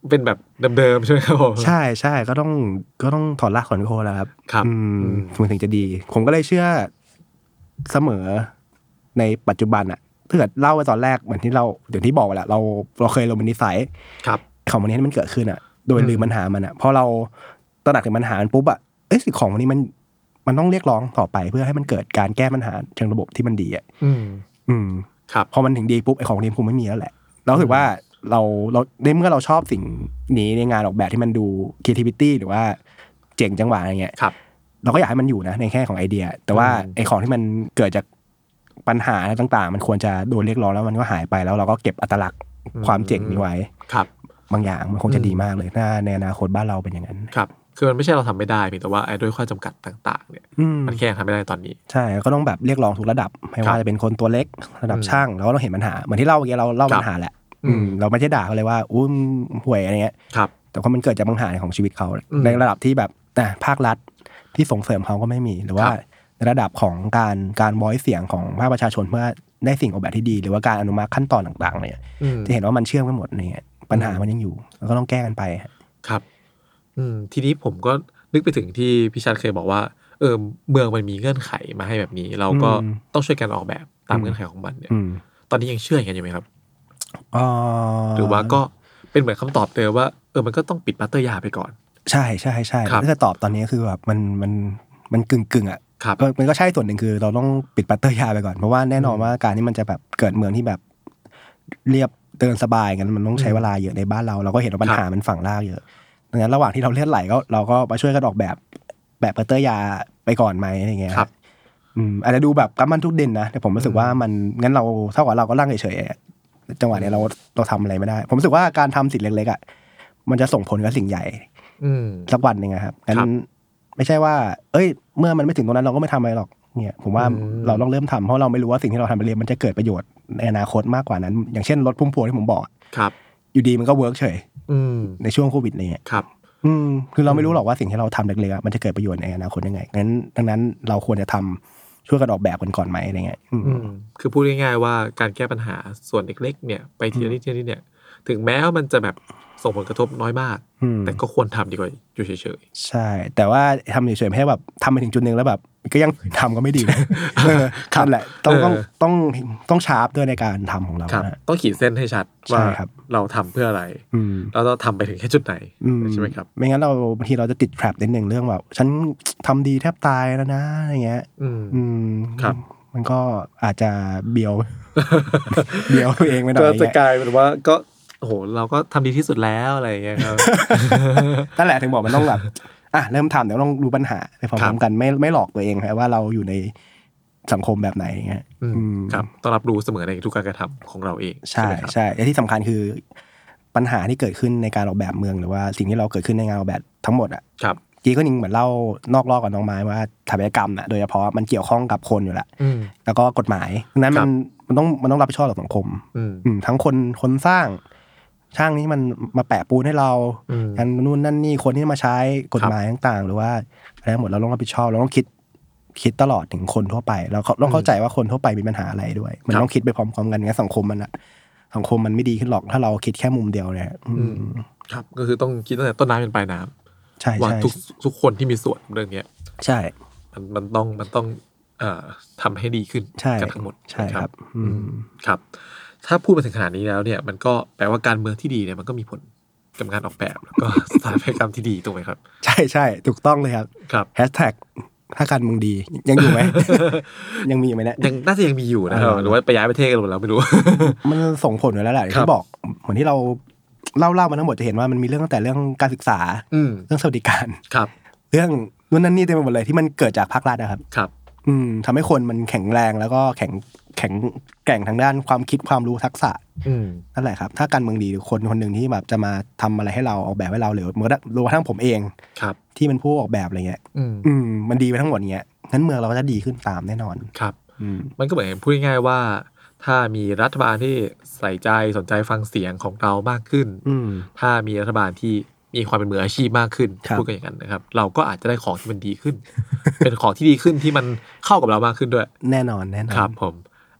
เป็นแบบเดิมๆใช่ไหมครับผมใช่ก็ต้องถอดรากถอนโคนแล้วครับครับมันถึงจะดีผมก็เลยเชื่อเสมอในปัจจุบันอะถ้าเกิดเล่าไปตอนแรกเหมือนที่เราอย่างที่บอกไปแหละเราเคยลงเป็นนิสัยของวันนี้มันเกิดขึ้นอะโดยลืมปัญหามันอะพอเราตระหนักถึงปัญหาปุ๊บอะสิ่งของวันนี้มันต้องเรียกร้องต่อไปเพื่อให้มันเกิดการแก้ปัญหาเชิงระบบที่มันดีอะครับพอมันถึงดีปุ๊บไอ้ของนี้คงไม่มีแล้วแหละเราถือว่าเราในเมื่อเราชอบสิ่งนี้ในงานออกแบบที่มันดู creativity หรือว่าเจ๋งจังหวะอะไรเงี้ยเราก็อยากให้มันอยู่นะในแค่ของไอเดียแต่ว่าไอ้ของที่มันเกิดจากปัญหาต่างๆมันควรจะโดนเรียกร้องแล้วมันก็หายไปแล้วเราก็เก็บอัตลักษณ์ความเจ๋งนี้ไว้บางอย่างมันคงจะดีมากเลยถ้าในอนาคตบ้านเราเป็นอย่างนั้นครับคือมันไม่ใช่เราทำไม่ได้แต่ว่าด้วยข้อจำกัดต่างๆเนี่ยมันแค่ทำไม่ได้ตอนนี้ใช่ก็ต้องแบบเรียกร้องทุกระดับไม่ว่าจะเป็นคนตัวเล็กระดับช่างเราก็ต้องเห็นปัญหาเหมือนที่เล่าเมื่อกี้เราเล่าปัญหาแหละเราไม่ใช่ด่าเขาเลยว่าห่วยอะไรเงี้ยแต่พอมันเกิดจากปัญหาของชีวิตเขาในระดับที่แบบภาครัฐที่ส่งเสริมเขาก็ไม่มีหรือว่าในระดับของการบอยเสียงของภาคประชาชนเพื่อได้สิ่งออกแบบที่ดีหรือว่าการอนุมัติขั้นตอนต่างๆเนี่ยจะเห็นว่ามันเชื่อมกันหมดเนี่ยปัญหามันยังอยู่แล้วก็ต้องแก้กันไปครับทีนี้ผมก็นึกไปถึงที่พี่ชัดเคยบอกว่าเมืองมันมีเงื่อนไขมาให้แบบนี้เราก็ต้องช่วยกันออกแบบตามเงื่อนไขของมันเนี่ยตอนนี้ยังเชื่ออย่างนั้นอยู่ไหมครับหรือว่าก็เป็นเหมือนคำตอบเดิมว่ามันก็ต้องปิดบัตเตอร์ยาไปก่อนใช่ถ้าจะตอบตอนนี้คือแบบมันกึ่งอ่ะมันก็ใช่ส่วนหนึ่งคือเราต้องปิดบัตเตอร์ยาไปก่อนเพราะว่าแน่นอนว่าการที่มันจะแบบเกิดเมืองที่แบบเรียบเดินสบายกันมันต้องใช้เวลาเยอะในบ้านเราก็เห็นว่าปัญหามันฝังรากเยอะดังนั้นระหว่างที่เราเลือดไหลก็เราก็มาช่วยกันออกแบบบัตเตอร์ยาไปก่อนไหมอะไรเงี้ยอาจจะดูแบบกำมันทุกเด่นนะแต่ผมรู้สึกว่ามันงั้นเราเท่ากับเราก็ร่างเฉยๆจังหวะนี้เราทำอะไรไม่ได้ผมรู้สึกว่าการทำสิ่งเล็กๆอ่ะมันจะส่งผลกับสิ่งใหญ่สักวันนึงครับงั้นไม่ใช่ว่าเมื่อมันไม่ถึงตรงนั้นเราก็ไม่ทำอะไรหรอกเนี่ยผมว่าเราต้องเริ่มทำเพราะเราไม่รู้ว่าสิ่งที่เราทำไปเรียนมันจะเกิดประโยชน์ในอนาคตมากกว่านั้นอย่างเช่นรถพุ่มพวงที่ผมบอกอยู่ดีมันก็เวิร์กเฉยในช่วงโควิดเนี่ยคือเราไม่รู้หรอกว่าสิ่งที่เราทำเล็กๆมันจะเกิดประโยชน์ในอนาคตยังไงงั้นดังนั้นเราควรจะทำช่วยกันออกแบบกันก่อนไหมอะไรเงี้ยคือพูดง่ายๆว่าการแก้ปัญหาส่วนเล็กๆเนี่ยไปทีละนิดเนี่ยถึงแม้ว่ามันจะแบบส่งผลกระทบน้อยมากแต่ก็ควรทำดีกว่าอยู่เฉยๆใช่แต่ว่าทำเฉยๆไม่ให้แบบทำไปถึงจุดนึงแล้วแบบก็ยังทำก็ไม่ดีนั่นแหละต้องชาร์ปด้วยในการทำของเราต้องขีดเส้นให้ชัดว่าเราทำเพื่ออะไรแล้วเราทำไปถึงแค่จุดไหนใช่ไหมครับไม่งั้นเราบางทีเราจะติดแทรปนิดนึงเรื่องแบบฉันทำดีแทบตายแล้วนะอะไรเงี้ยครับมันก็อาจจะเบียวตัวเองไปหน่อยจะกลายเป็นว่าก็โอ้โหเราก็ทำดีที่สุดแล้วอะไรอย่างเงี้ยครับนั่นแหละถึงบอกมันต้องแบบเริ่มทำเดี๋ยวต้องรู้ปัญหาไปพร้อมๆกันไม่หลอกตัวเองครับว่าเราอยู่ในสังคมแบบไหนอย่างเงี้ยครับต้องรับรู้เสมอในทุกการกระทำของเราเองใช่และที่สำคัญคือปัญหาที่เกิดขึ้นในการออกแบบเมืองหรือว่าสิ่งที่เราเกิดขึ้นในงานออกแบบทั้งหมดกี้ก็นิ่งเหมือนเล่านอกรอบกับน้องไม้ว่าสถาปัตยกรรมโดยเฉพาะมันเกี่ยวข้องกับคนอยู่แล้วแล้วก็กฎหมายนั้นมันต้องรับผิดชอบต่อสังคมทั้งคนสร้างช่างนี้มันมาแปะปูนให้เราอันนู่นนั่นนี่คนที่มาใช้กฎหมายต่างๆหรือว่าอะไรหมดเราต้องรับผิดชอบเราต้องคิดตลอดถึงคนทั่วไปแล้วต้องเข้าใจว่าคนทั่วไปมีปัญหาอะไรด้วยมันต้องคิดไปพร้อมๆกันงั้นสังคมมันไม่ดีขึ้นหรอกถ้าเราคิดแค่มุมเดียวเนี่ยครับก็คือต้องคิดตั้งแต่ต้นน้ำเป็นปลายน้ำใช่ว่าทุกคนที่มีส่วนเรื่องนี้ใช่มันต้องทำให้ดีขึ้นกันทั้งหมดใช่ครับครับถ้าพูดมาถึงขนาดนี้แล้วเนี่ยมันก็แปลว่าการเมืองที่ดีเนี่ยมันก็มีผลกับงานออกแบบแล้วก็สถาปัตยกรรมที่ดีถูกไหมครับใช่ถูกต้องเลยครับแฮชแท็กถ้าการเมืองดียังอยู่ไหม ยังมีไหมเนี่ยยังน่าจะยังมีอยู่นะครับหรือว่าไปย้ายประเทศกันหมดแล้วไม่รู้มันส่งผลอยู่แล้วแหละที่บอกเหมือนที่เราเล่ามาทั้งหมดจะเห็นว่ามันมีเรื่องตั้งแต่เรื่องการศึกษาเรื่องสวัสดิการเรื่องนู่นนั่นนี่เต็มไปหมดเลยที่มันเกิดจากภาครัฐนะครับทำให้คนมันแข็งแรงแล้วก็แข็งแกร่งทางด้านความคิดความรู้ทักษะนั่นแหละครับถ้าการเมืองดีคนหนึ่งที่แบบจะมาทำอะไรให้เราออกแบบให้เราหรือเมื่อรู้ทั้งผมเองที่เป็นผู้ออกแบบอะไรเงี้ยมันดีไปทั้งหมดเงี้ยงั้นเมืองเราก็จะดีขึ้นตามแน่นอนครับมันก็เหมือนพูดง่ายๆว่าถ้ามีรัฐบาลที่ใส่ใจสนใจฟังเสียงของเรามากขึ้นถ้ามีรัฐบาลที่มีความเป็นมืออาชีพมากขึ้นพูดกันอย่างนั้นนะครับเราก็อาจจะได้ของที่มันดีขึ้น เป็นของที่ดีขึ้นที่มันเข้ากับเรามากขึ้นด้วยแน่นอนครับผม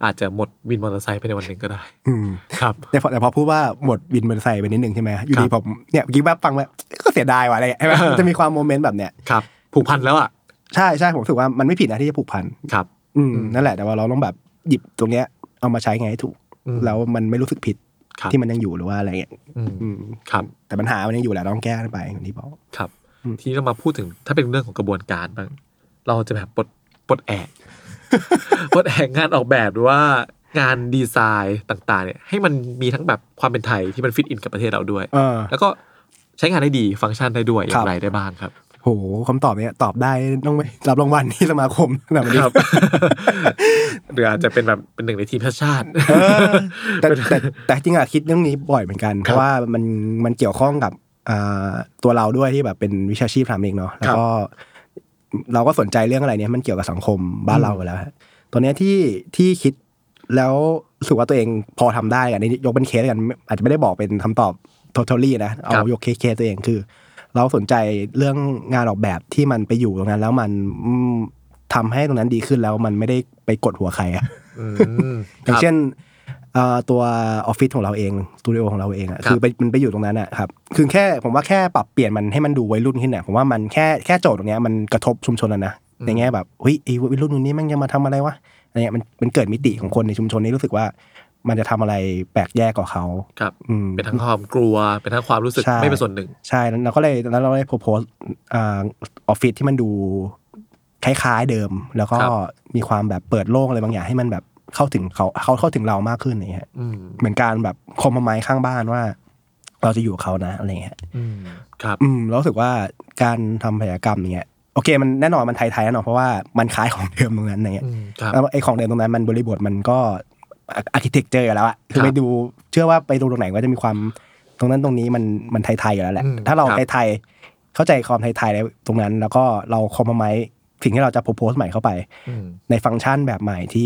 อาจจะหมดวินมอเตอร์ไซค์ไปในวันหนึ่งก็ได้ครับแต่พอพูดว่าหมดวินมอเตอร์ไซค์ไปนิดนึงใช่ไหมอยู่ดีผมเนี่ยเมื่อกี้แบบฟังแบบก็เสียดายว่ะอะไรใช่ไหมจะมีความโมเมนต์แบบเนี้ยครับผูกพันแล้วอ่ะใช่ผมรู้สึกว่ามันไม่ผิดนะที่จะผูกพันครับนั่นแหละแต่ว่าเราต้องแบบหยิบตรงเนี้ยเอามาใช้ไงให้ถูกแล้วมันไม่รู้สึกผิดที่มันยังอยู่หรือว่าอะไรเงี้ยครับแต่ปัญหามันยังอยู่แหละต้องแก้ไปอย่างที่บอกครับทีนี้เรามาพูดถึงถ้าเป็นเรื่องของกระบวนการบ้างเราจะแบบปลดแอกงานออกแบบหรือว่างานดีไซน์ต่างๆเนี่ยให้มันมีทั้งแบบความเป็นไทยที่มันฟิตอินกับประเทศเราด้วยแล้วก็ใช้งานได้ดีฟังก์ชันได้ด้วยอย่างไรได้บ้างครับโหคำตอบเนี้ยตอบได้ต้องไปรับรางวัลที่สมาคมครับหรืออาจจะเป็นแบบเป็นหนึ่งในทีมชาติแต่จริงอะคิดเรื่องนี้บ่อยเหมือนกันเพราะว่ามันเกี่ยวข้องกับตัวเราด้วยที่แบบเป็นวิชาชีพทำเองเนาะแล้วก็เราก็สนใจเรื่องอะไรเนี้ยมันเกี่ยวกับสังคมบ้านเราไปแล้วตัวเนี้ยที่คิดแล้วรู้สึกว่าตัวเองพอทำได้กันนี่ยกเป็นเคสกันอาจจะไม่ได้บอกเป็นคำตอบ totally นะเอายกเคสตัวเองคือเราสนใจเรื่องงานออกแบบที่มันไปอยู่ตรงนั้นแล้วมันทำให้ตรงนั้นดีขึ้นแล้วมันไม่ได้ไปกดหัวใครอ่ะอย่างเช่นตัวออฟฟิศของเราเองสตูดิโอของเราเองอ่ะคือมันไปอยู่ตรงนั้นอ่ะครับคือแค่ผมว่าแค่ปรับเปลี่ยนมันให้มันดูวัยรุ่นขึ้นเนี่ยผมว่ามันแค่โจทย์ตรงเนี้ยมันกระทบชุมชนแล้วนะในแง่แบบเฮ้ยไอ้วัยรุ่นนี้แม่งจะมาทำอะไรวะอะไรเงี้ยมันเกิดมิติของคนในชุมชนนี้รู้สึกว่ามันจะทำอะไรแปลกแยกกว่าเขาครับเป็นทั้งความกลัวเป็นทั้งความรู้สึกไม่เป็นส่วนหนึ่งใช่แล้วเราได้โพสออฟฟิศที่มันดูคล้ายๆเดิมแล้วก็มีความแบบเปิดโล่งอะไรบางอย่างให้มันแบบเข้าถึงเขาเข้าถึงเรามากขึ้นอย่างเงี้ยเหมือนการแบบคอมโพรไมซ์ข้างบ้านว่าเราจะอยู่กับเขานะอะไรเงี้ยครับแล้วรู้สึกว่าการทำพยากรรมอย่างเงี้ยโอเคมันแน่นอนมันไทยๆแน่นอนเพราะว่ามันคล้ายของเดิมตรงนั้นอย่างเงี้ยแล้วไอ้ของเดิมตรงนั้นมันบริบทมันก็อาร์คิเทคเจอร์แล้วอะคือไปดูเชื่อว่าไปตรงไหนก็จะมีความตรงนั้นตรงนี้มันไทยๆอยู่แล้วแหละถ้าเราไทยๆเข้าใจความไทยๆแล้วตรงนั้นแล้วก็เราคอมโพรไมซ์สิ่งที่เราจะโพสต์ใหม่เข้าไปในฟังก์ชันแบบใหม่ที่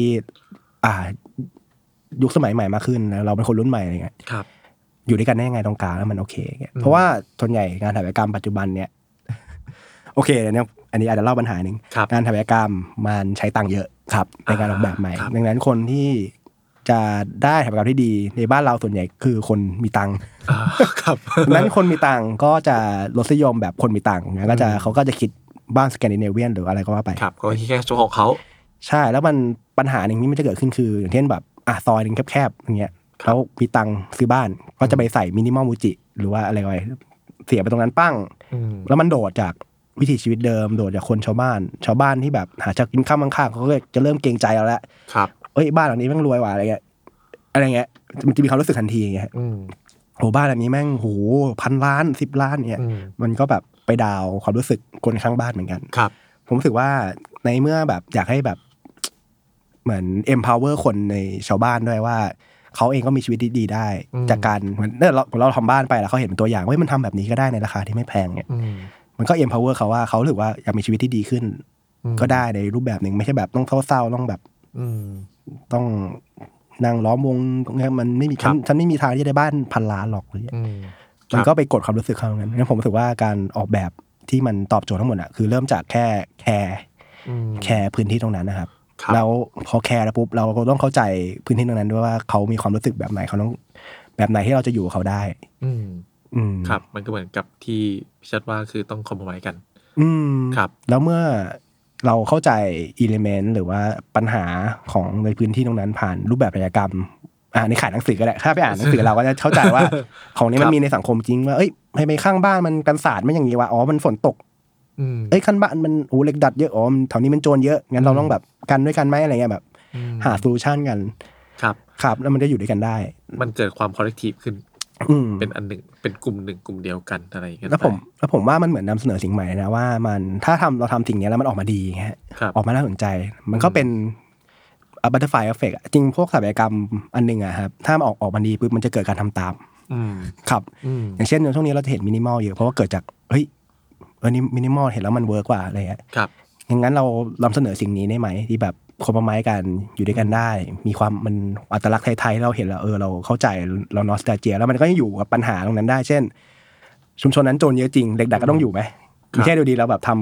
ยุคสมัยใหม่มากขึ้นเราเป็นคนรุ่นใหม่อะไรเงี้ยอยู่ด้วยกันได้ยังไงตรงกลางแล้วมันโอเคเพราะว่าส่วนใหญ่งานถ่ายแบบกรรมปัจจุบันเนี่ยโอเคเนี่ยอันนี้อาจจะเล่าปัญหาหนึ่งงานถ่ายแบบกรรมมันใช้ตังค์เยอะครับในการออกแบบใหม่ดังนั้นคนที่จะได้ถ่ายแบบที่ดีในบ้านเราส่วนใหญ่คือคนมีตังค์ครับนั้นคนมีตังค์ก็จะรสนิยมแบบคนมีตังค์งั้นก็จะเขาก็จะคิดบ้านสแกนดิเนเวียนหรืออะไรก็ว่าไปครับก็แค่โชว์ของเขาใช่แล้วมันปัญหาหนึ่งที่มันจะเกิดขึ้นคืออย่างเช่นแบบซอยนึงแคบๆอย่างเงี้ยแล้วมีตังค์ซื้อบ้านก็จะไปใส่มินิมอลมูจิหรือว่าอะไรไว้เสียไปตรงนั้นปั้งแล้วมันโดดจากวิถีชีวิตเดิมโดดจากคนชาวบ้านที่แบบหาจากกินข้าวข้างๆเขาก็จะเริ่มเกรงใจเราแล้วครับเอ้ยบ้านหลังนี้แม่งรวยว่ะอะไรเงี้ยมันจะมีความรู้สึกทันทีอย่างเงี้ยโหบ้านหลังนี้แม่งโห1,000 ล้าน10 ล้านเนี่ยมันก็แบบไปดาวความรู้สึกคนข้างบ้านเหมือนกันครับผมรู้สึกว่าในเมื่อแบบอยากให้แบบเหมือน empower คนในชาวบ้านด้วยว่าเขาเองก็มีชีวิตดีๆได้จากการเหมือนเราทำบ้านไปแล้วเขาเห็นเป็นตัวอย่างว่ามันทำแบบนี้ก็ได้ในราคาที่ไม่แพงเนี่ยมันก็ empower เขาว่าเขาถือว่าอยากมีชีวิตที่ดีขึ้นก็ได้ในรูปแบบหนึ่งไม่ใช่แบบต้องเศร้าๆต้องแบบต้องนั่งล้อมวงมันไม่มีฉันไม่มีทางที่จะได้บ้าน1,000 ล้านหรอกเลยมันก็ไปกดความรู้สึกเขางั้นผมรู้สึกว่าการออกแบบที่มันตอบโจทย์ทั้งหมดอ่ะคือเริ่มจากแค่แคร์พื้นที่ตรงนั้นนะครับแล้วพอแคร์แล้วปุ๊บเราก็ต้องเข้าใจพื้นที่ตรงนั้นด้วยว่าเขามีความรู้สึกแบบไหนเขาต้องแบบไหนที่เราจะอยู่กับเขาได้ครับมันก็เหมือนกับที่พี่ชัดว่าคือต้องคอมโพรไมซ์กันครับแล้วเมื่อเราเข้าใจอิเลเมนต์หรือว่าปัญหาของในพื้นที่ตรงนั้นผ่านรูปแบบกิจกรรมในขายหนังสือก็ได้ถ้าไปอ่านหนังสือเราก็จะเข้าใจว่าของนี้มันมีในสังคมจริงว่าเอ้ยให้ไปข้างบ้านมันกันศาสตร์ไม่อย่างนี้ว่าอ๋อมันฝนตกข้างบ้านมันเหล็กดัดเยอะอ๋อแถวนี้มันโจรเยอะงั้นเราต้องแบบกันด้วยกันไหมอะไรเงี้ยแบบหาโซลูชันกันครับแล้วมันจะอยู่ด้วยกันได้มันเกิดความคอลเลกทีฟขึ้นเป็นอันหนึ่งเป็นกลุ่มหนึ่งกลุ่มเดียวกันอะไรอย่างเงี้ยแล้วผมว่ามันเหมือนนำเสนอสิ่งใหม่นะว่ามันถ้าเราทำสิ่งนี้แล้วมันออกมาดีฮะออกมาน่าสนใจมันก็เป็นบัตเตอร์ไฟเอฟเฟกต์จริงพวกสถาปัตยกรรมอันนึงอะครับถ้ามันออกมาดีปุ๊บมันจะเกิดการทำตามครับอย่างเช่นในช่วงนี้เราจะเห็นมินิมอลเยอะเพราะว่าเกิดจากเฮ้ยนี่มินิมอลเห็นแล้วมันเวิร์กกว่าอะไรเงี้ยอย่างนั้นเรานำเสนอสิ่งนี้ได้ไหมที่แบบคอมโพรไมซ์กันอยู่ด้วยกันได้มีความมันอัตลักษณ์ไทยๆเราเห็นแล้วเราเข้าใจเรานอสตาเจียแล้วมันก็ยังอยู่กับปัญหาตรงนั้นได้เช่นชุมชนนั้นโจรเยอะจริงเด็กๆก็ต้องอยู่ไหมไม่ใช่ดูดีเราแบบทำ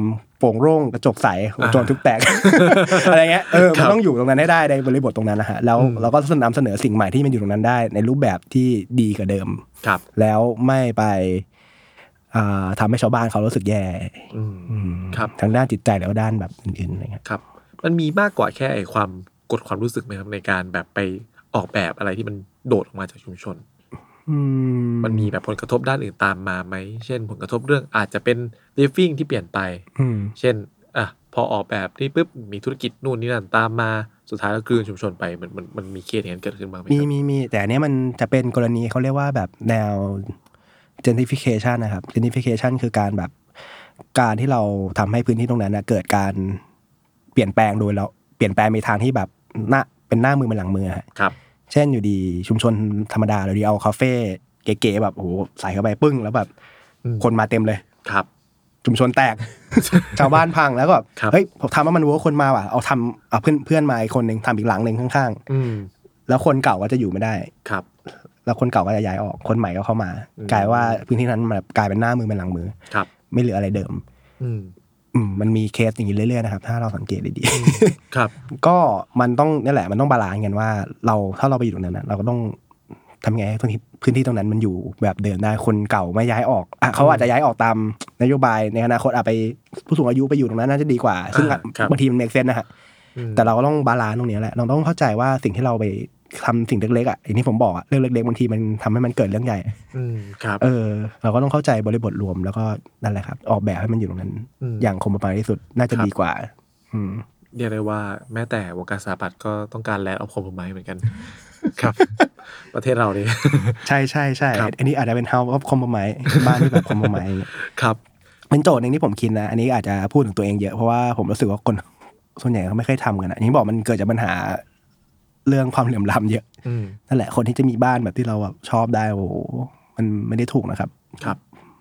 โป่งโล่งกระจกใสโจรทุบแตก อะไรเงี้ยมันต้องอยู่ตรงนั้นให้ได้ในบริบทตรงนั้นนะฮะแล้วเราก็นำเสนอสิ่งใหม่ที่มันอยู่ตรงนั้นได้ในรูปแบบที่ดีกว่าเดิมแล้วไม่ไปทำให้ชาวบ้านเขารู้สึกแย่ทั้งด้านจิตใจแล้วก็ด้านแบบอื่นๆอะไรเงี้ยครับมันมีมากกว่าแค่ความกดความรู้สึกไหมครับในการแบบไปออกแบบอะไรที่มันโดดออกมาจากชุมชนมันมีแบบผลกระทบด้านอื่นตามมาไหมเช่นผลกระทบเรื่องอาจจะเป็น living ที่เปลี่ยนไปเช่นพอออกแบบนี่ปุ๊บมีธุรกิจนู่นนี่นั่นตามมาสุดท้ายแล้วกลืนชุมชนไปมันมีเคสอย่างนั้นเกิดขึ้นบ้างไหมมีแต่อันนี้มันจะเป็นกรณีเขาเรียกว่าแบบแนว gentrification นะครับ gentrification คือการที่เราทำให้พื้นที่ตรงนั้นนะเกิดการเปลี่ยนแปลงโดยเราเปลี่ยนแปลงในทางที่แบบเป็นหน้ามือเป็นหลังมือครับเช่นอยู่ดีชุมชนธรรมดาเราดีเอาคาเฟ่เก๋ๆแบบโอ้โหใส่เข้าไปปึ้งแล้วแบบคนมาเต็มเลยครับชุมชนแตก ชาวบ้านพังแล้วก็เฮ้ยผมทำว่ามันวัวคนมาว่ะเอาเพื่อนมาอีกคนนึงทำอีกหลังนึงข้างๆแล้วคนเก่าก็จะอยู่ไม่ได้ครับแล้วคนเก่าก็จะย้ายออกคนใหม่ก็เข้ามากลายว่าพื้นที่นั้นแบบกลายเป็นหน้ามือเป็นหลังมือไม่เหลืออะไรเดิมมันมีเคสอย่างนี้เรื่อยๆนะครับถ้าเราสังเกตดีๆครับก็มันต้องนี่แหละมันต้องบาลานซ์กันว่าถ้าเราไปอยู่ตรงนั้นเราก็ต้องทำไงให้พื้นที่ตรงนั้นมันอยู่แบบเดิมได้คนเก่าไม่ย้ายออกเขาอาจจะย้ายออกตามนโยบายในอนาคตไปผู้สูงอายุไปอยู่ตรงนั้นน่าจะดีกว่าซึ่งบางทีมันเมคเซนส์นะฮะแต่เราก็ต้องบาลานซ์ตรงนี้แหละเราต้องเข้าใจว่าสิ่งที่เราไปทำสิ่งเล็กๆอย่างที่ผมบอกเรื่องเล็กๆบางทีมันทำให้มันเกิดเรื่องใหญ่ครับเราก็ต้องเข้าใจบริบทรวมแล้วก็นั่นแหละครับออกแบบให้มันอยู่ตรงนั้นอย่างคมประมาณที่สุดน่าจะดีกว่าเรียกได้ว่าแม้แต่วงการสถาปัตย์ก็ต้องการแลนด์ออฟคอมโพไมซ์เหมือนกันครับประเทศเราเนี่ยใช่ๆๆอันนี้อาจจะเป็น House of Compromise บ้านที่แบบ Compromise ครับเป็นโจทย์นึงที่ผมคิดนะอันนี้อาจจะพูดถึงตัวเองเยอะเพราะว่าผมรู้สึกว่าคนส่วนใหญ่เขาไม่เคยทำกันอย่างที่บอกมันเกิดจากปัญหาเรื่องความเหลื่อมล้ำเยอะนั่นแหละคนที่จะมีบ้านแบบที่เราแบบชอบได้โอ้โหมันไม่ได้ถูกนะครับครับ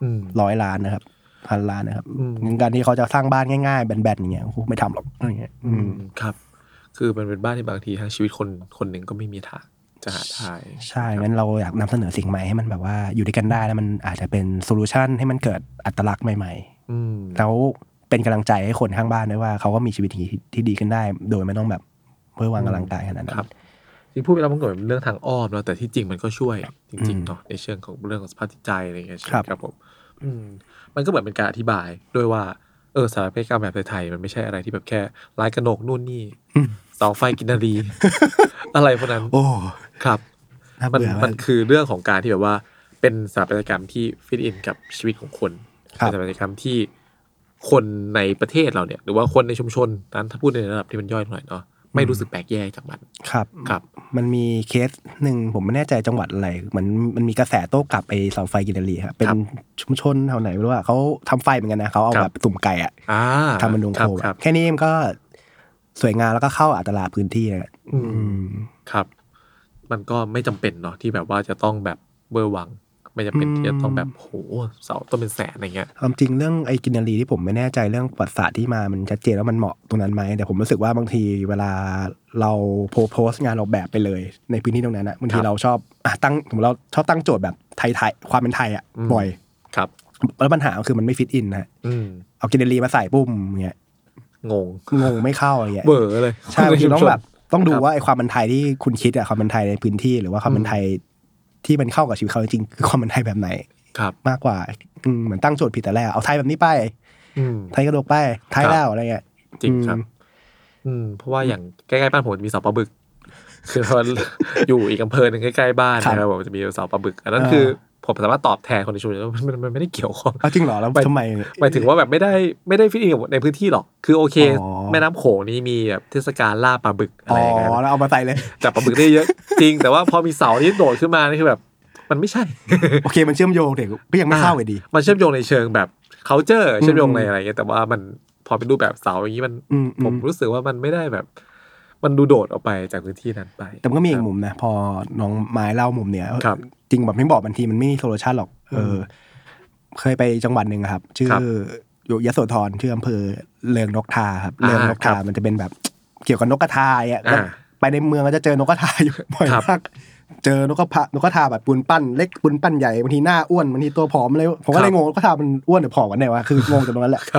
100 ล้านนะครับ1,000 ล้านนะครับการที่เขาจะสร้างบ้านง่ายๆแบนๆอย่างเงี้ยไม่ทำหรอกอะไรเงี้ยครับคือมันเป็นบ้านที่บางทีทั้งชีวิตคนหนึ่งก็ไม่มีทางจะหาได้ใช่งั้นเราอยากนำเสนอสิ่งใหม่ให้มันแบบว่าอยู่ด้วยกันได้แล้วมันอาจจะเป็นโซลูชันให้มันเกิดอัตลักษณ์ใหม่ๆแล้วเป็นกำลังใจให้คนข้างบ้านด้วยว่าเขาก็มีชีวิตที่ดีขึ้นได้โดยไม่ต้องแบบเพื่อวางกำลังกายขนาดนั้นที่พูดไปแล้วมันก็เป็นเรื่องทางอ้อมเนาะแต่ที่จริงมันก็ช่วยจริงๆเนาะในเชิงของเรื่องของสภาพจิตใจอะไรอย่างเงี้ยครับผมมันก็เหมือนเป็นการอธิบายด้วยว่าสถาปัตยกรรมแบบไทยๆมันไม่ใช่อะไรที่แบบแค่ลายกระหนกนู่นนี่เสาไฟกินนารี อะไรพวกนั้นโอ้ครับมันคือเรื่องของการที่แบบว่าเป็นสถาปัตยกรรมที่ฟิตอินกับชีวิตของคนเป็นสถาปัตยกรรมที่คนในประเทศเราเนี่ยหรือว่าคนในชุมชนนั้นถ้าพูดในระดับที่มันย่อยหน่อยเนาะไม่รู้สึกแปลกแยกจากมันครับมันมีเคสหนึ่งผมไม่แน่ใจจังหวัดอะไรมันมีกระแสโต้กลับไอ้เสาไฟกินนารีครับเป็นชุมชนแถวไหนไม่รู้ว่าเขาทำไฟเหมือนกันนะเขาเอาแบบตุ่มไก่ทำเป็นดวงโคแค่นี้มันก็สวยงามแล้วก็เข้าอัตราพื้นที่ครับมันก็ไม่จำเป็นเนาะที่แบบว่าจะต้องแบบเบอร์วังไม่จำเป็นที่จะต้องแบบโหเสาต้นเป็นแสนอะไรเงี้ยความจริงเรื่องไอ้กินนารีที่ผมไม่แน่ใจเรื่องประวัติศาสตร์ที่มามันชัดเจนแล้วมันเหมาะตรงนั้นไหมแต่ผมรู้สึกว่าบางทีเวลาเราโพสงานออกแบบไปเลยในพื้นที่ตรงนั้นนะบางทีเราชอบเราชอบตั้งโจทย์แบบไทยความเป็นไทยบ่อยครับแล้วปัญหาคือมันไม่ฟิตอินนะเอากินนารีมาใส่ปุ้มเงี้ยงงไม่เข้าอะไรเงี้ยเบอเลยใช่คือต้องดูว่าไอ้ความเป็นไทยที่คุณคิดความเป็นไทยในพื้นที่หรือว่าความเป็นไทยที่มันเข้ากับชีวิตเขาจริงๆคือความเป็นไทยแบบไหนมากกว่าเหมือนตั้งโจทย์ผิดแต่แรกเอาไทยแบบนี้ไปไทยกระโดดไปไทยแล้วอะไรเงี้ยจริงครับเพราะว่าอย่างใกล้ๆบ้านผมมีเสาปลาบึกคือมันอยู่อีกอำเภอนึงใกล้ๆบ้านนะครับผมจะมีเสาปลาบึกอันนั้นคือผมสามารถตอบแทนคนในชุมชนมันไม่ได้เกี่ยวข้องจริงเหรอแล้วทำไมหมายถึงว่าแบบไม่ได้ฟิตอินกับในพื้นที่หรอกคือโอเคแม่น้ำโขงนี่มีแบบเทศกาลล่าปลาบึกอะไรอย่างเงี้ยแล้วเอามาใส่เลยจับปลาบึกได้เยอะจริงแต่ว่าพอมีเสาที่โดดขึ้นมานี่คือแบบมันไม่ใช่โอเคมันเชื่อมโยงแต่ก็ยังไม่เข้าเลยดีมันเชื่อมโยงในเชิงแบบ culture เชื่อมโยงในอะไรเงี้ยแต่ว่ามันพอเป็นรูปแบบเสาอย่างนี้มันผมรู้สึกว่ามันไม่ได้แบบมันดูโดดออกไปจากพื้นที่นั้นไปแต่มันก็มีอีกมุมนะพอน้องไม้เล่ามุมเนี้ยจริงแบบที่บอกบางทีมันไม่มีโซลูชันหรอกเคยไปจังหวัดนึงครับชื่อยโสธรชื่ออำเภอเริงนกทาครับเริงนกทามันจะเป็นแบบเกี่ยวกับนกกระทาไปในเมืองก็จะเจอนกกระทาอยู่บ่อยมากเจอนกกระทาแบบปูนปั้นเล็กปูนปั้นใหญ่บางทีหน้าอ้วนบางทีตัวผอมอะไรผมก็เลยงงนกกระทามันอ้วนหรือผอมกันแน่วะคืองงตรงนั้นแหละ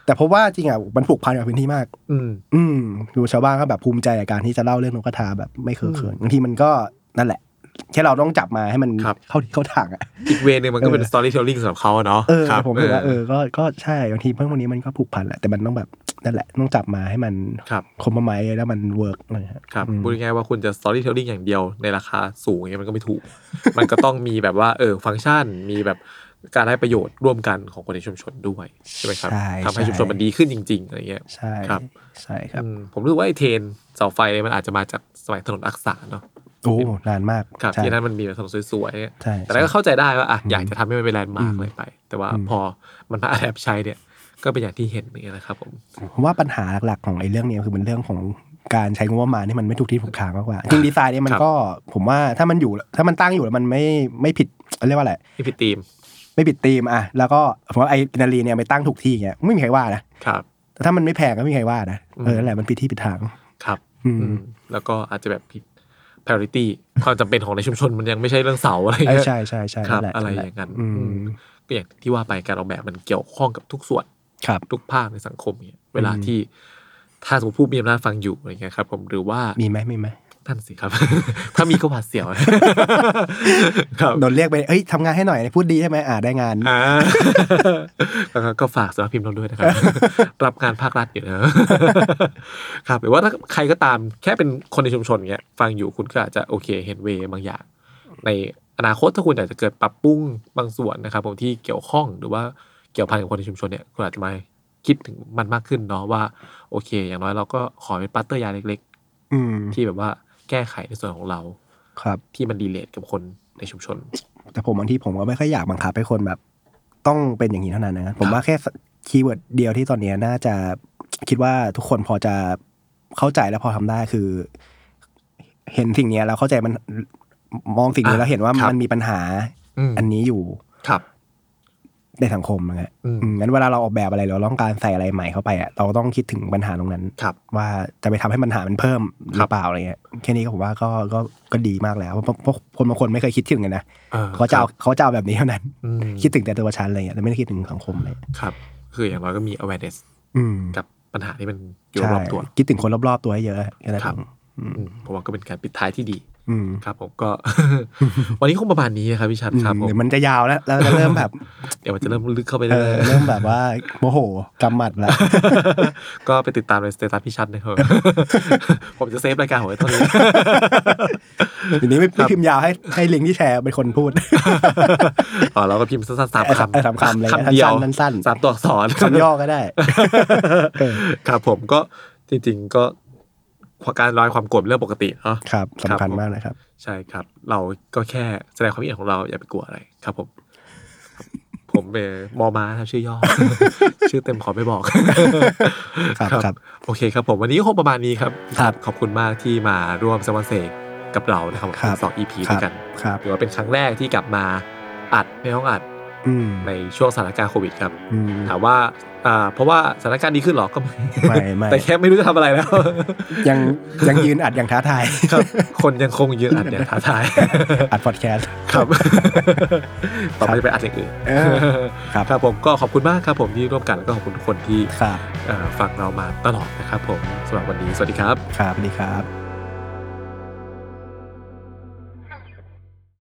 แต่เพราะว่าจริงอ่ะมันผูกพันกับพื้นที่มากดูชาวบ้านก็แบบภูมิใจกับการที่จะเล่าเรื่องนกกระทาแบบไม่เคอะเขินบางทีมันก็นั่นแหละแค่เราต้องจับมาให้มันเข้าทางอ่ะอีกเวนึงมันก็เป็น storytelling สำหรับเขาเนาะผมรู้ว่าก็ใช่บางทีเรื่องพวกนี้มันก็ผูกพันแหละแต่มันต้องแบบนั่นแหละต้องจับมาให้มันคมประมาณแล้วมันเวิร์กอะไรครับพูดง่ายๆว่าคุณจะ storytelling อย่างเดียวในราคาสูงอย่างเงี้ยมันก็ไม่ถูกมันก็ต้องมีแบบว่าฟังก์ชันมีแบบการได้ประโยชน์ร่วมกันของคนในชุมชนด้วยใช่ไหมครับทำให้ชุมชนมันดีขึ้นจริงๆอะไรเงี้ยใช่ครับใช่ครับผมรู้ว่าไอ้เทรนเสาไฟมันอาจจะมาจากสมัยถนนอักษาเนาะโอ้นานมากครับที่นั่นมันมีถนนสวยๆแต่ก็เข้าใจได้ว่าอยากจะทำให้มันเป็นแลนด์มาร์กอะไรไปแต่ว่าพอมันมาแอบใช้เนี่ยก็เป็นอย่างที่เห็นนี่นะครับผมว่าปัญหาหลักๆของไอ้เรื่องนี้คือมันเรื่องของการใช้งบประมาณที่มันไม่ถูกที่ถูกทางมากกว่าจริงดีไซน์เนี่ยมันก็ผมว่าถ้ามันตั้งอยู่แล้วมันไม่ผิดเรียกว่าอะไรไม่ผิดธีมแล้วก็ผมว่าไอ้กินารีเนี่ยไปตั้งถูกที่เงี้ยไม่มีใครว่านะครับแต่ถ้ามันไม่แพงก็ไม่มีใครว่านะนั่นแหละมันผิดที่ผิดทางครับแล้วก็อาจจะแบบผิด priority ความจำเป็นของในชุมชนมันยังไม่ใช่เรื่องเสาอะไรเงี้ยใช่ครับอะไรอย่างนั้นก็อย่างที่ว่าไปการออกแบบมันเกี่ยวข้องกับทุกส่วนทุกภาคในสังคมเนี่ยเวลาที่ถ้าสมมติผู้มีอำนาจฟังอยู่อะไรเงี้ยครับผมหรือว่ามีไหมท่านสิครับ ถ้ามีก็หวาดเสียวโดนเรียกไปทำงานให้หน่อยพูดดีใช่ไหมได้งานก็ฝากสำนักพิมพ์เราด้วยนะครับรับงานภาครัฐอยู่นะครับหรือว่าถ้าใครก็ตามแค่เป็นคนในชุมชนเงี้ยฟังอยู่คุณก็อาจจะโอเคเห็นเวบางอย่างในอนาคตถ้าคุณอยากจะเกิดปรับปรุงบางส่วนนะครับผมที่เกี่ยวข้องหรือว่าเกี่ยวพันกับคนในชุมชนเนี่ยคุณอาจจะมาคิดถึงมันมากขึ้นเนาะว่าโอเคอย่างน้อยเราก็ขอเป็นปัตเตอร์ยาเล็กๆที่แบบว่าแก้ไขในส่วนของเราครับที่มันดีเลทกับคนในชุมชนแต่บางทีผมก็ไม่ค่อยอยากบังคับให้คนแบบต้องเป็นอย่างนี้เท่านั้นนะผมว่าแค่คีย์เวิร์ดเดียวที่ตอนนี้น่าจะคิดว่าทุกคนพอจะเข้าใจและพอทำได้คือเห็นสิ่งนี้แล้วเข้าใจมันมองสิ่งนี้แล้วเห็นว่ามันมีปัญหาอันนี้อยู่ในสังคมนะฮะงั้นเวลาเราออกแบบอะไรเราต้องการใส่อะไรใหม่เข้าไปอ่ะเราต้องคิดถึงปัญหาตรงนั้นว่าจะไปทำให้ปัญหามันเพิ่มหรือเปล่าอะไรเงี้ยแค่นี้ก็ผมว่าก็ดีมากแล้วเพราะคนบางคนไม่เคยคิดถึงกันนะเขาจะเอาแบบนี้เท่านั้นคิดถึงแต่ตัวฉันอะไรเงี้ยแต่ไม่ได้คิดถึงสังคมเลยครับคืออย่างน้อยก็มี awareness กับปัญหาที่มันอยู่รอบตัวคิดถึงคนรอบๆตัวให้เยอะแค่นั้นผมว่าก็เป็นการปิดท้ายที่ดีครับผมก็ วันนี้คงประมาณนี้ครับพี่ชัดครับผมมันจะยาวแล้วจะเริ่มแบบเดี๋ยวมันจะเริ่มลึกเข้าไปเลยเริ่มแบบว่าโมโหกำหมัดแล้วก็ไปติดตามในสเตตัสพี่ชัดนะครับผมจะเซฟรายการของไอ้ตอนนี้ทีนี้ไม่พิมพ์ยาวให้ลิงก์ที่แชร์เป็นคนพูดเราก็พิมพ์สั้นๆ3 คำเลยคำเดียวสั้น 3 ตัวอักษรคำย่อก็ได้ครับผมก็จริงๆก็การลอยความโกรธเรื่องปกติเนาะครับสำคัญมากนะครับใช่ครับเราก็แค่แสดงความคิดเห็นของเราอย่าไปกลัวอะไรครับผมเป็นมอม้าครับชื่อย่อ ชื่อเต็มขอไม่บอกครับโอเคครับผมวันนี้ก็คงประมาณนี้ครับขอบคุณมากที่มาร่วมสมัครเสกกับเรานะครับ2 EP ด้วยกันถือว่าเป็นครั้งแรกที่กลับมาอัดในห้องอัดในช่วงสถานการณ์โควิดครับถามว่าเพราะว่าสถานการณ์ดีขึ้นหรอก็ไม่แต่แค่ไม่รู้จะทำอะไรแล้วยังยืนอัดอย่างท้าทายครับคนยังคงยืนอัดอย่างท้าทายอัดพอดแคสต์ครับต่อไปจะไปอัดอย่างอื่นครับผมก็ขอบคุณมากครับผมที่ร่วมกันแล้วก็ขอบคุณทุกคนที่ฟังเรามาตลอดนะครับผมสำหรับวันนี้สวัสดีครับครับสวัสดีครับ